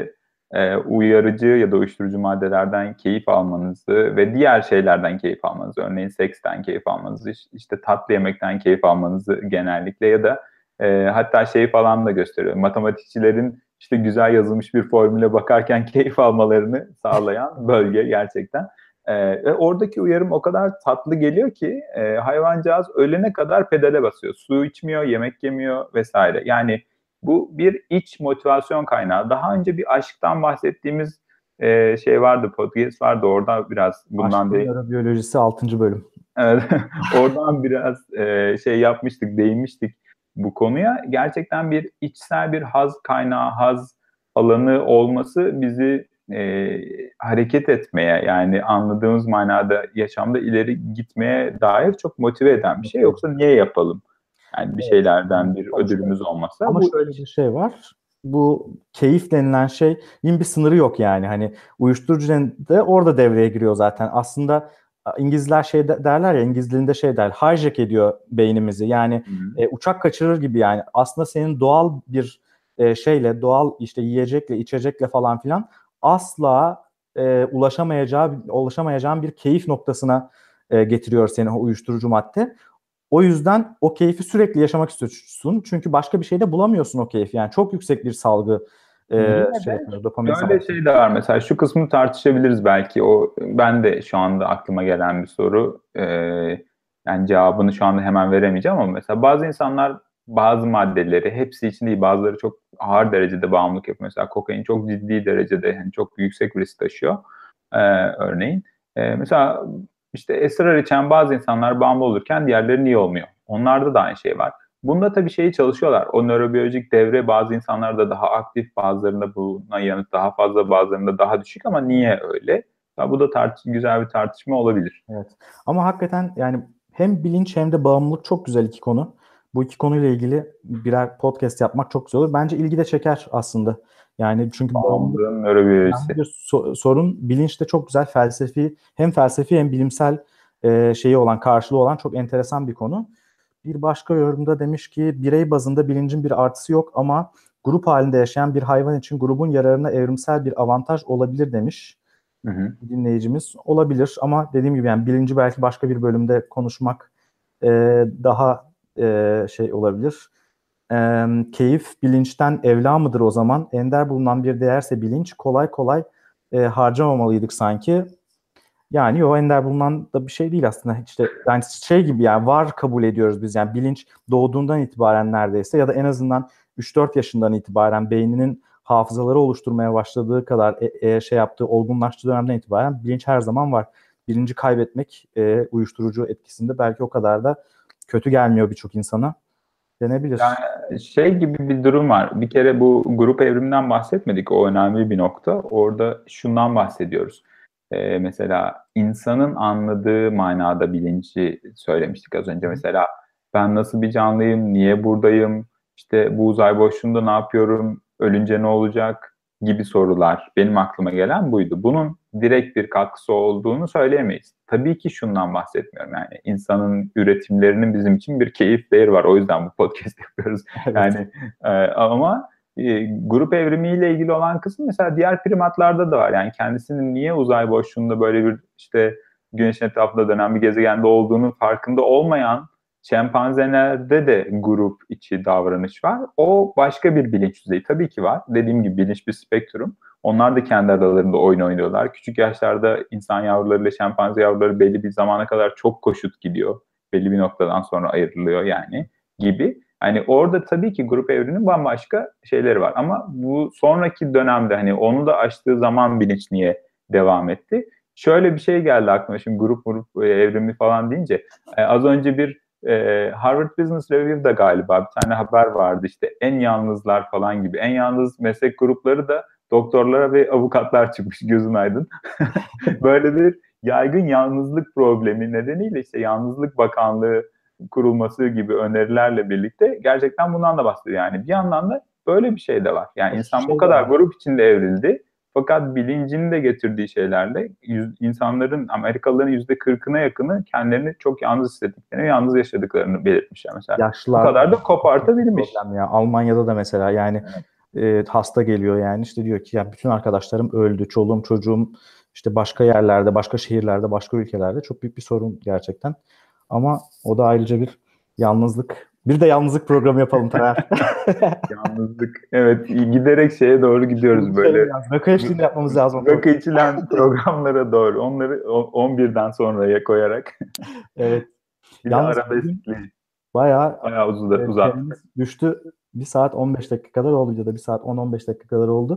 uyarıcı ya da uyuşturucu maddelerden keyif almanızı ve diğer şeylerden keyif almanızı, örneğin seksten keyif almanızı, tatlı yemekten keyif almanızı genellikle ya da hatta falan da gösteriyor. Matematikçilerin güzel yazılmış bir formüle bakarken keyif almalarını sağlayan bölge gerçekten. Ve oradaki uyarım o kadar tatlı geliyor ki hayvancağız ölene kadar pedale basıyor. Su içmiyor, yemek yemiyor vesaire. Yani bu bir iç motivasyon kaynağı. Daha önce bir aşktan bahsettiğimiz vardı, podcast vardı. Orada biraz bundan Aşk nörobiyolojisi 6. bölüm. Evet, oradan biraz yapmıştık, değinmiştik bu konuya. Gerçekten bir içsel bir haz kaynağı, haz alanı olması bizi hareket etmeye, yani anladığımız manada yaşamda ileri gitmeye dair çok motive eden bir şey. Yoksa niye yapalım? Yani bir şeylerden bir ödülümüz olmasa. Ama şöyle bir şey var. bu keyif denilen şeyin bir sınırı yok yani. Hani uyuşturucu de orada devreye giriyor zaten. Aslında İngilizler derler ya, İngiliz dilinde şey der, hijack ediyor beynimizi. Yani uçak kaçırır gibi yani. Aslında senin doğal bir şeyle, doğal işte yiyecekle, içecekle falan filan asla ulaşamayacağın bir keyif noktasına getiriyor seni o uyuşturucu madde. O yüzden o keyfi sürekli yaşamak istiyorsun. Çünkü başka bir şeyde bulamıyorsun o keyfi. Yani çok yüksek bir salgı Yine şey de yapıyor, dopamin şöyle salgısı. şey de var, mesela şu kısmı tartışabiliriz belki. O ben de şu anda aklıma gelen bir soru. Yani cevabını şu anda hemen veremeyeceğim ama mesela bazı insanlar bazı maddeleri, hepsi için değil, bazıları çok ağır derecede bağımlılık yapıyor. Mesela kokain çok ciddi derecede, yani çok yüksek risk taşıyor. Örneğin. Mesela işte esrar içen bazı insanlar bağımlı olurken diğerleri niye olmuyor? Onlarda da aynı şey var. Bunda tabii şeyi çalışıyorlar. O nörobiyolojik devre bazı insanlarda daha aktif, bazılarında buna yanıt daha fazla, bazılarında daha düşük, ama niye öyle? Ya bu da güzel bir tartışma olabilir. Evet. Ama hakikaten yani hem bilinç hem de bağımlılık çok güzel iki konu. Bu iki konuyla ilgili birer podcast yapmak çok güzel olur. Bence ilgi de çeker aslında. Yani çünkü bağımlılık Bağımlılığın önemli nörobiyolojisi. bir sorun. Bilinç de çok güzel felsefi hem bilimsel şeyi olan, karşılığı olan çok enteresan bir konu. Bir başka yorumda demiş ki birey bazında bilincin bir artısı yok ama grup halinde yaşayan bir hayvan için grubun yararına evrimsel bir avantaj olabilir demiş Hı hı. dinleyicimiz. Olabilir ama dediğim gibi yani bilinci belki başka bir bölümde konuşmak e, daha şey olabilir. Keyif bilinçten evla mıdır o zaman? Ender bulunan bir değerse bilinç kolay kolay harcamamalıydık sanki. Yani o ender bulunan da bir şey değil aslında. İşte yani şey gibi yani var kabul ediyoruz biz. Yani bilinç doğduğundan itibaren neredeyse ya da en azından 3-4 yaşından itibaren beyninin hafızaları oluşturmaya başladığı kadar şey yaptığı olgunlaştığı dönemden itibaren bilinç her zaman var. Bilinci kaybetmek uyuşturucu etkisinde belki o kadar da kötü gelmiyor birçok insana denebilir. Yani şey gibi bir durum var. Bir kere bu grup evriminden bahsetmedik. O önemli bir nokta. Orada şundan bahsediyoruz. Mesela insanın anladığı manada bilinci söylemiştik az önce. Mesela ben nasıl bir canlıyım, niye buradayım, işte bu uzay boşluğunda ne yapıyorum, ölünce ne olacak gibi sorular benim aklıma gelen buydu. Bunun direkt bir katkısı olduğunu söyleyemeyiz. Tabii ki şundan bahsetmiyorum, yani insanın üretimlerinin bizim için bir keyif değeri var. O yüzden bu podcast yapıyoruz. Evet. Yani ama grup evrimiyle ilgili olan kısım mesela diğer primatlarda da var. Yani kendisinin niye uzay boşluğunda böyle bir işte güneşin etrafında dönen bir gezegende olduğunu farkında olmayan şempanzelerde de grup içi davranış var. O başka bir bilinç düzeyi. Tabii ki var. Dediğim gibi bilinç bir spektrum. Onlar da kendi aralarında oyun oynuyorlar. Küçük yaşlarda insan yavrularıyla şempanze yavruları belli bir zamana kadar çok koşut gidiyor. Belli bir noktadan sonra ayrılıyor yani gibi. Hani orada tabii ki grup evrenin bambaşka şeyleri var. Ama bu sonraki dönemde hani onu da aştığı zaman bilinç niye devam etti? Şöyle bir şey geldi aklıma şimdi grup evrimi falan deyince. Az önce bir Harvard Business Review'da galiba bir tane haber vardı, işte en yalnızlar falan gibi. En yalnız meslek grupları da doktorlara ve avukatlar çıkmış, gözün aydın. Böyle bir yaygın yalnızlık problemi nedeniyle işte Yalnızlık Bakanlığı kurulması gibi önerilerle birlikte gerçekten bundan da bahsediyor. Yani bir yandan da böyle bir şey de var. Yani insan bu Şey de kadar var. grup içinde evrildi. Fakat bilincin de getirdiği şeylerle insanların, Amerikalıların %40'ına yakını kendilerini çok yalnız hissettiklerini, yalnız yaşadıklarını belirtmişler mesela. Bu Yaşlılarda kadar da çok büyük kopartabilmiş. problem ya. Almanya'da da mesela yani hasta geliyor yani işte diyor ki ya bütün arkadaşlarım öldü. Çoluğum çocuğum işte başka yerlerde, başka şehirlerde, başka ülkelerde çok büyük bir sorun gerçekten. Ama o da ayrıca bir yalnızlık. Bir de yalnızlık programı yapalım Taner. Yalnızlık. Evet, giderek şeye doğru gidiyoruz böyle. Rakı eşliğinde yapmamız lazım o Rakı program. içilen programlara doğru. Onları 11'den sonraya koyarak Evet. bir de Yalnız bugün arabeskli bayağı bayağı uzattık. süremiz düştü. 1 saat 15 dakika kadar oldu ya da 1 saat 10-15 dakika kadar oldu.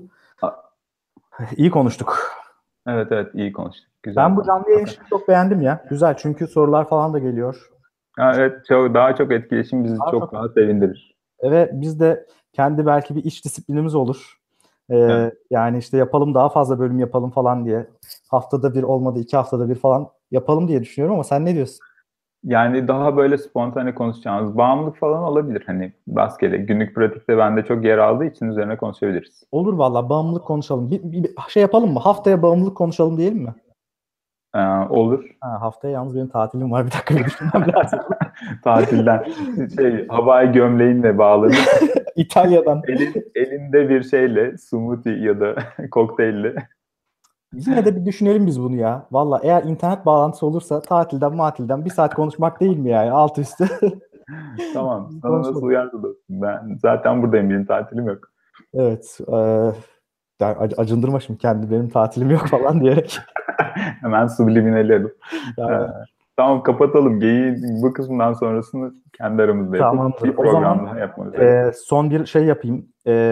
İyi konuştuk. Evet evet, iyi konuştuk. Güzel Ben bu konuştuk. canlı yayın işini çok beğendim ya. Güzel çünkü sorular falan da geliyor. Ha, evet, daha çok etkileşim bizi Daha çok çok daha sevindirir. ve biz de kendi belki bir iş disiplinimiz olur. Evet. Yani işte yapalım daha fazla bölüm yapalım falan diye. Haftada bir olmadı 2 haftada bir falan yapalım diye düşünüyorum ama sen ne diyorsun? Yani daha böyle spontane konuşacağımız bağımlılık falan olabilir. Hani rastgele günlük pratikte bende çok yer aldığı için üzerine konuşabiliriz. Olur valla, bağımlılık konuşalım. Bir şey yapalım mı? Haftaya bağımlılık konuşalım diyelim mi? Olur. Ha, haftaya yalnız benim tatilim var. Bir dakika, bir düşünmem lazım. Tatilden havai gömleğinle bağlanıp İtalya'dan. elinde bir şeyle smoothie ya da kokteylle. Yine de bir düşünelim biz bunu ya. Valla eğer internet bağlantısı olursa tatilden bir saat konuşmak değil mi yani? Alt üstü. Tamam. Sana nasıl Konuşalım. uyardı da? Ben zaten buradayım. Benim tatilim yok. Evet. Yani acındırma şimdi kendi, benim tatilim yok falan diyerek. Hemen subliminali. Yani, Tamam, kapatalım. Geyiğin bu kısmından sonrasını kendi aramızda yapıp tamamdır. bir O program zaman daha yapmak üzere. son bir şey yapayım.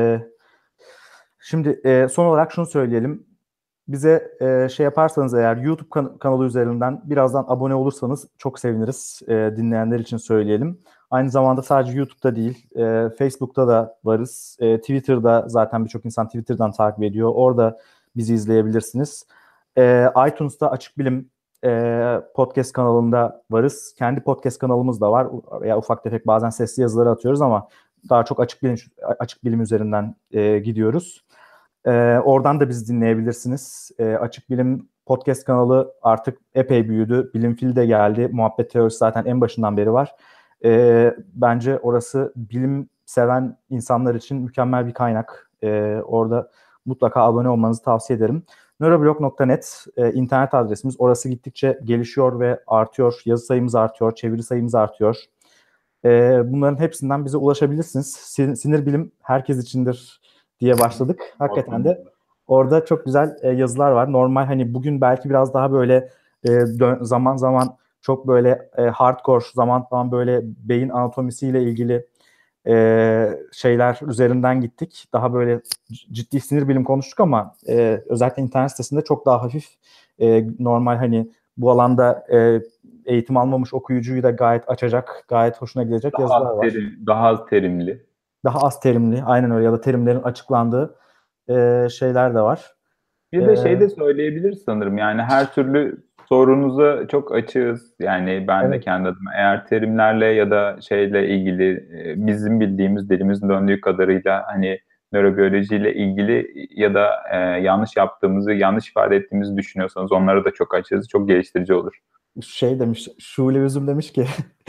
Şimdi son olarak şunu söyleyelim. Bize şey yaparsanız eğer YouTube kanalı üzerinden birazdan abone olursanız çok seviniriz. Dinleyenler için söyleyelim. Aynı zamanda sadece YouTube'da değil, Facebook'ta da varız. Twitter'da zaten birçok insan Twitter'dan takip ediyor. Orada bizi izleyebilirsiniz. iTunes'ta Açık Bilim podcast kanalında varız. Kendi podcast kanalımız da var. Ya ufak tefek bazen sesli yazıları atıyoruz ama daha çok açık bilim üzerinden gidiyoruz. Oradan da bizi dinleyebilirsiniz. Açık Bilim podcast kanalı artık epey büyüdü. Bilimfil de geldi. Muhabbet Teorisi zaten en başından beri var. Bence orası bilim seven insanlar için mükemmel bir kaynak. Orada mutlaka abone olmanızı tavsiye ederim. Neuroblog.net internet adresimiz. Orası gittikçe gelişiyor ve artıyor. Yazı sayımız artıyor, çeviri sayımız artıyor. Bunların hepsinden bize ulaşabilirsiniz. Sinir bilim herkes içindir diye başladık. Hakikaten de orada çok güzel yazılar var. Normal hani bugün belki biraz daha böyle zaman zaman çok böyle hardcore, zaman zaman böyle beyin anatomisiyle ilgili şeyler üzerinden gittik. Daha böyle ciddi sinir bilim konuştuk ama özellikle internet sitesinde çok daha hafif, normal hani bu alanda eğitim almamış okuyucuyu da gayet açacak, gayet hoşuna gidecek yazılar var. Daha az terimli. Daha az terimli, aynen öyle, ya da terimlerin açıklandığı şeyler de var. Bir de şey de söyleyebiliriz sanırım. Yani her türlü sorunuza çok açığız. Yani ben de Evet. kendi adıma eğer terimlerle ya da şeyle ilgili bizim bildiğimiz, dilimizin döndüğü kadarıyla hani nörobiyolojiyle ilgili ya da yanlış yaptığımızı, yanlış ifade ettiğimizi düşünüyorsanız onlara da çok açığız. Çok geliştirici olur. Şey demiş, Şule Üzüm demiş ki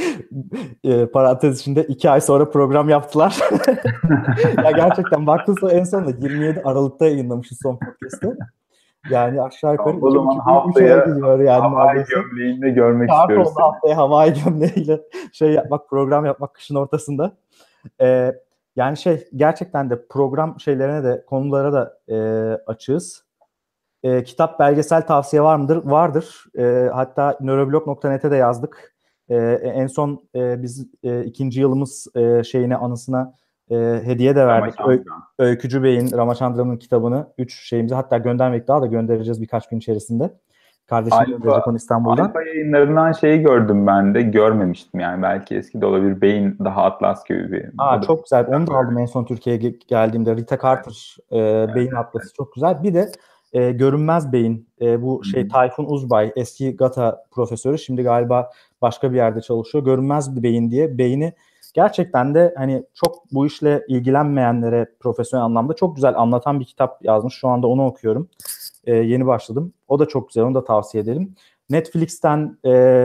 parantez içinde 2 ay sonra program yaptılar. Ya gerçekten baktıysa en sonunda 27 Aralık'ta yayınlamışız son podcast'ı. Yani aşağı yukarı O zaman 3 aya haftaya gidiyor yani havai neredeyse. gömleğinde görmek Şart istiyoruz oldu seni. haftaya havai gömleğiyle şey yapmak, program yapmak kışın ortasında. Ee, Yani gerçekten de program şeylerine de, konulara da açığız. Kitap, belgesel tavsiye var mıdır? Vardır. Hatta neuroblog.net'e de yazdık. En son biz 2. yılımız anısına hediye de verdik. Ramachandran. Öykücü Bey'in, Ramachandran'ın kitabını 3 şeyimizi, hatta göndermek daha da göndereceğiz birkaç gün içerisinde. Kardeşim gönderecek onu İstanbul'dan. Alfa yayınlarından şeyi gördüm ben de. Görmemiştim yani. Belki eski de olabilir. Beyin daha Atlas gibi bir. Çok güzel. Onu da aldım en son Türkiye'ye geldiğimde. Rita Carter Beyin Atlası çok güzel. Bir de Görünmez Beyin. Bu Tayfun Uzbay, eski GATA profesörü. Şimdi galiba başka bir yerde çalışıyor. Görünmez bir Beyin diye. Beyni gerçekten de hani çok bu işle ilgilenmeyenlere profesyonel anlamda çok güzel anlatan bir kitap yazmış. Şu anda onu okuyorum. Yeni başladım. O da çok güzel. Onu da tavsiye ederim. Netflix'ten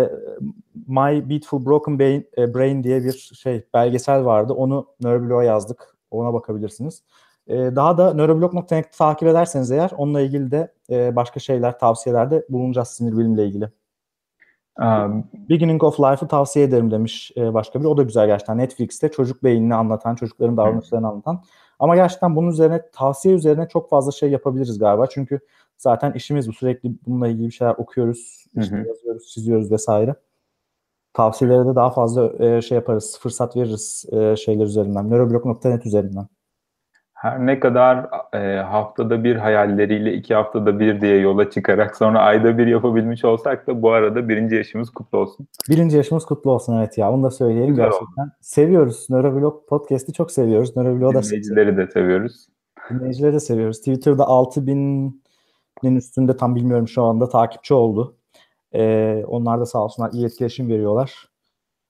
My Beautiful Broken Brain diye bir belgesel vardı. Onu Neuroblog'a yazdık. Ona bakabilirsiniz. Daha da neuroblog.net'i takip ederseniz eğer onunla ilgili de başka şeyler, tavsiyelerde bulunacağız sinir bilimle ilgili. Beginning of Life'ı tavsiye ederim demiş başka biri. O da güzel gerçekten. Netflix'te çocuk beynini anlatan, çocukların davranışlarını anlatan. Ama gerçekten bunun üzerine, tavsiye üzerine çok fazla şey yapabiliriz galiba. Çünkü zaten işimiz bu. Sürekli bununla ilgili bir şeyler okuyoruz, yazıyoruz, çiziyoruz vesaire. Tavsiyelere de daha fazla şey yaparız, fırsat veririz şeyler üzerinden. Neuroblog.net üzerinden. Her ne kadar haftada bir hayalleriyle 2 haftada bir diye yola çıkarak sonra ayda bir yapabilmiş olsak da bu arada 1. yaşımız kutlu olsun. 1. yaşımız kutlu olsun, evet ya. Onu da söyleyelim. Güzel gerçekten. oldu. Neuroblog Neuroblog podcast'i çok seviyoruz. Neuroblog'u da Dinleyicileri de seviyoruz. Dinleyicileri de seviyoruz. Twitter'da 6.000'in üstünde, tam bilmiyorum şu anda, takipçi oldu. Onlar da sağ olsunlar iyi etkileşim veriyorlar.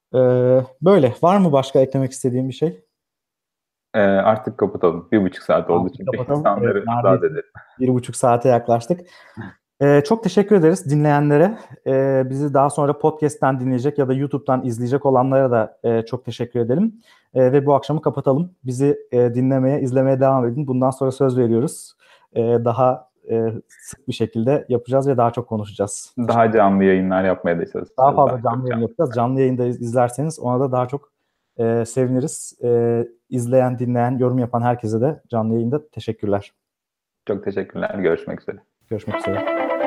Böyle. Var mı başka eklemek istediğim bir şey? Artık kapatalım. 1,5 saat oldu Artık çünkü. kapatalım. İnsanları Evet, rahat neredeyse edelim. 1,5 saate yaklaştık. Çok teşekkür ederiz dinleyenlere. Bizi daha sonra podcast'ten dinleyecek ya da YouTube'dan izleyecek olanlara da çok teşekkür edelim. Ve bu akşamı kapatalım. Bizi dinlemeye, izlemeye devam edin. Bundan sonra söz veriyoruz. Daha sık bir şekilde yapacağız ve daha çok konuşacağız. Daha canlı yayınlar yapmaya da çalışacağız. Daha fazla çok canlı yayın yapacağız. Canlı yayında izlerseniz ona da daha çok seviniriz. İzleyen, dinleyen, yorum yapan herkese de canlı yayında teşekkürler. Çok teşekkürler. Görüşmek üzere. Görüşmek üzere.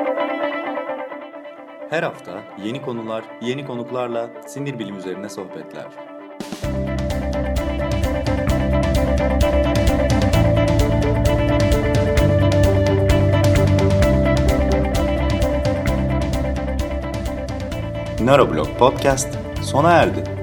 Her hafta yeni konular, yeni konuklarla sinir bilim üzerine sohbetler. Neuroblog Podcast sona erdi.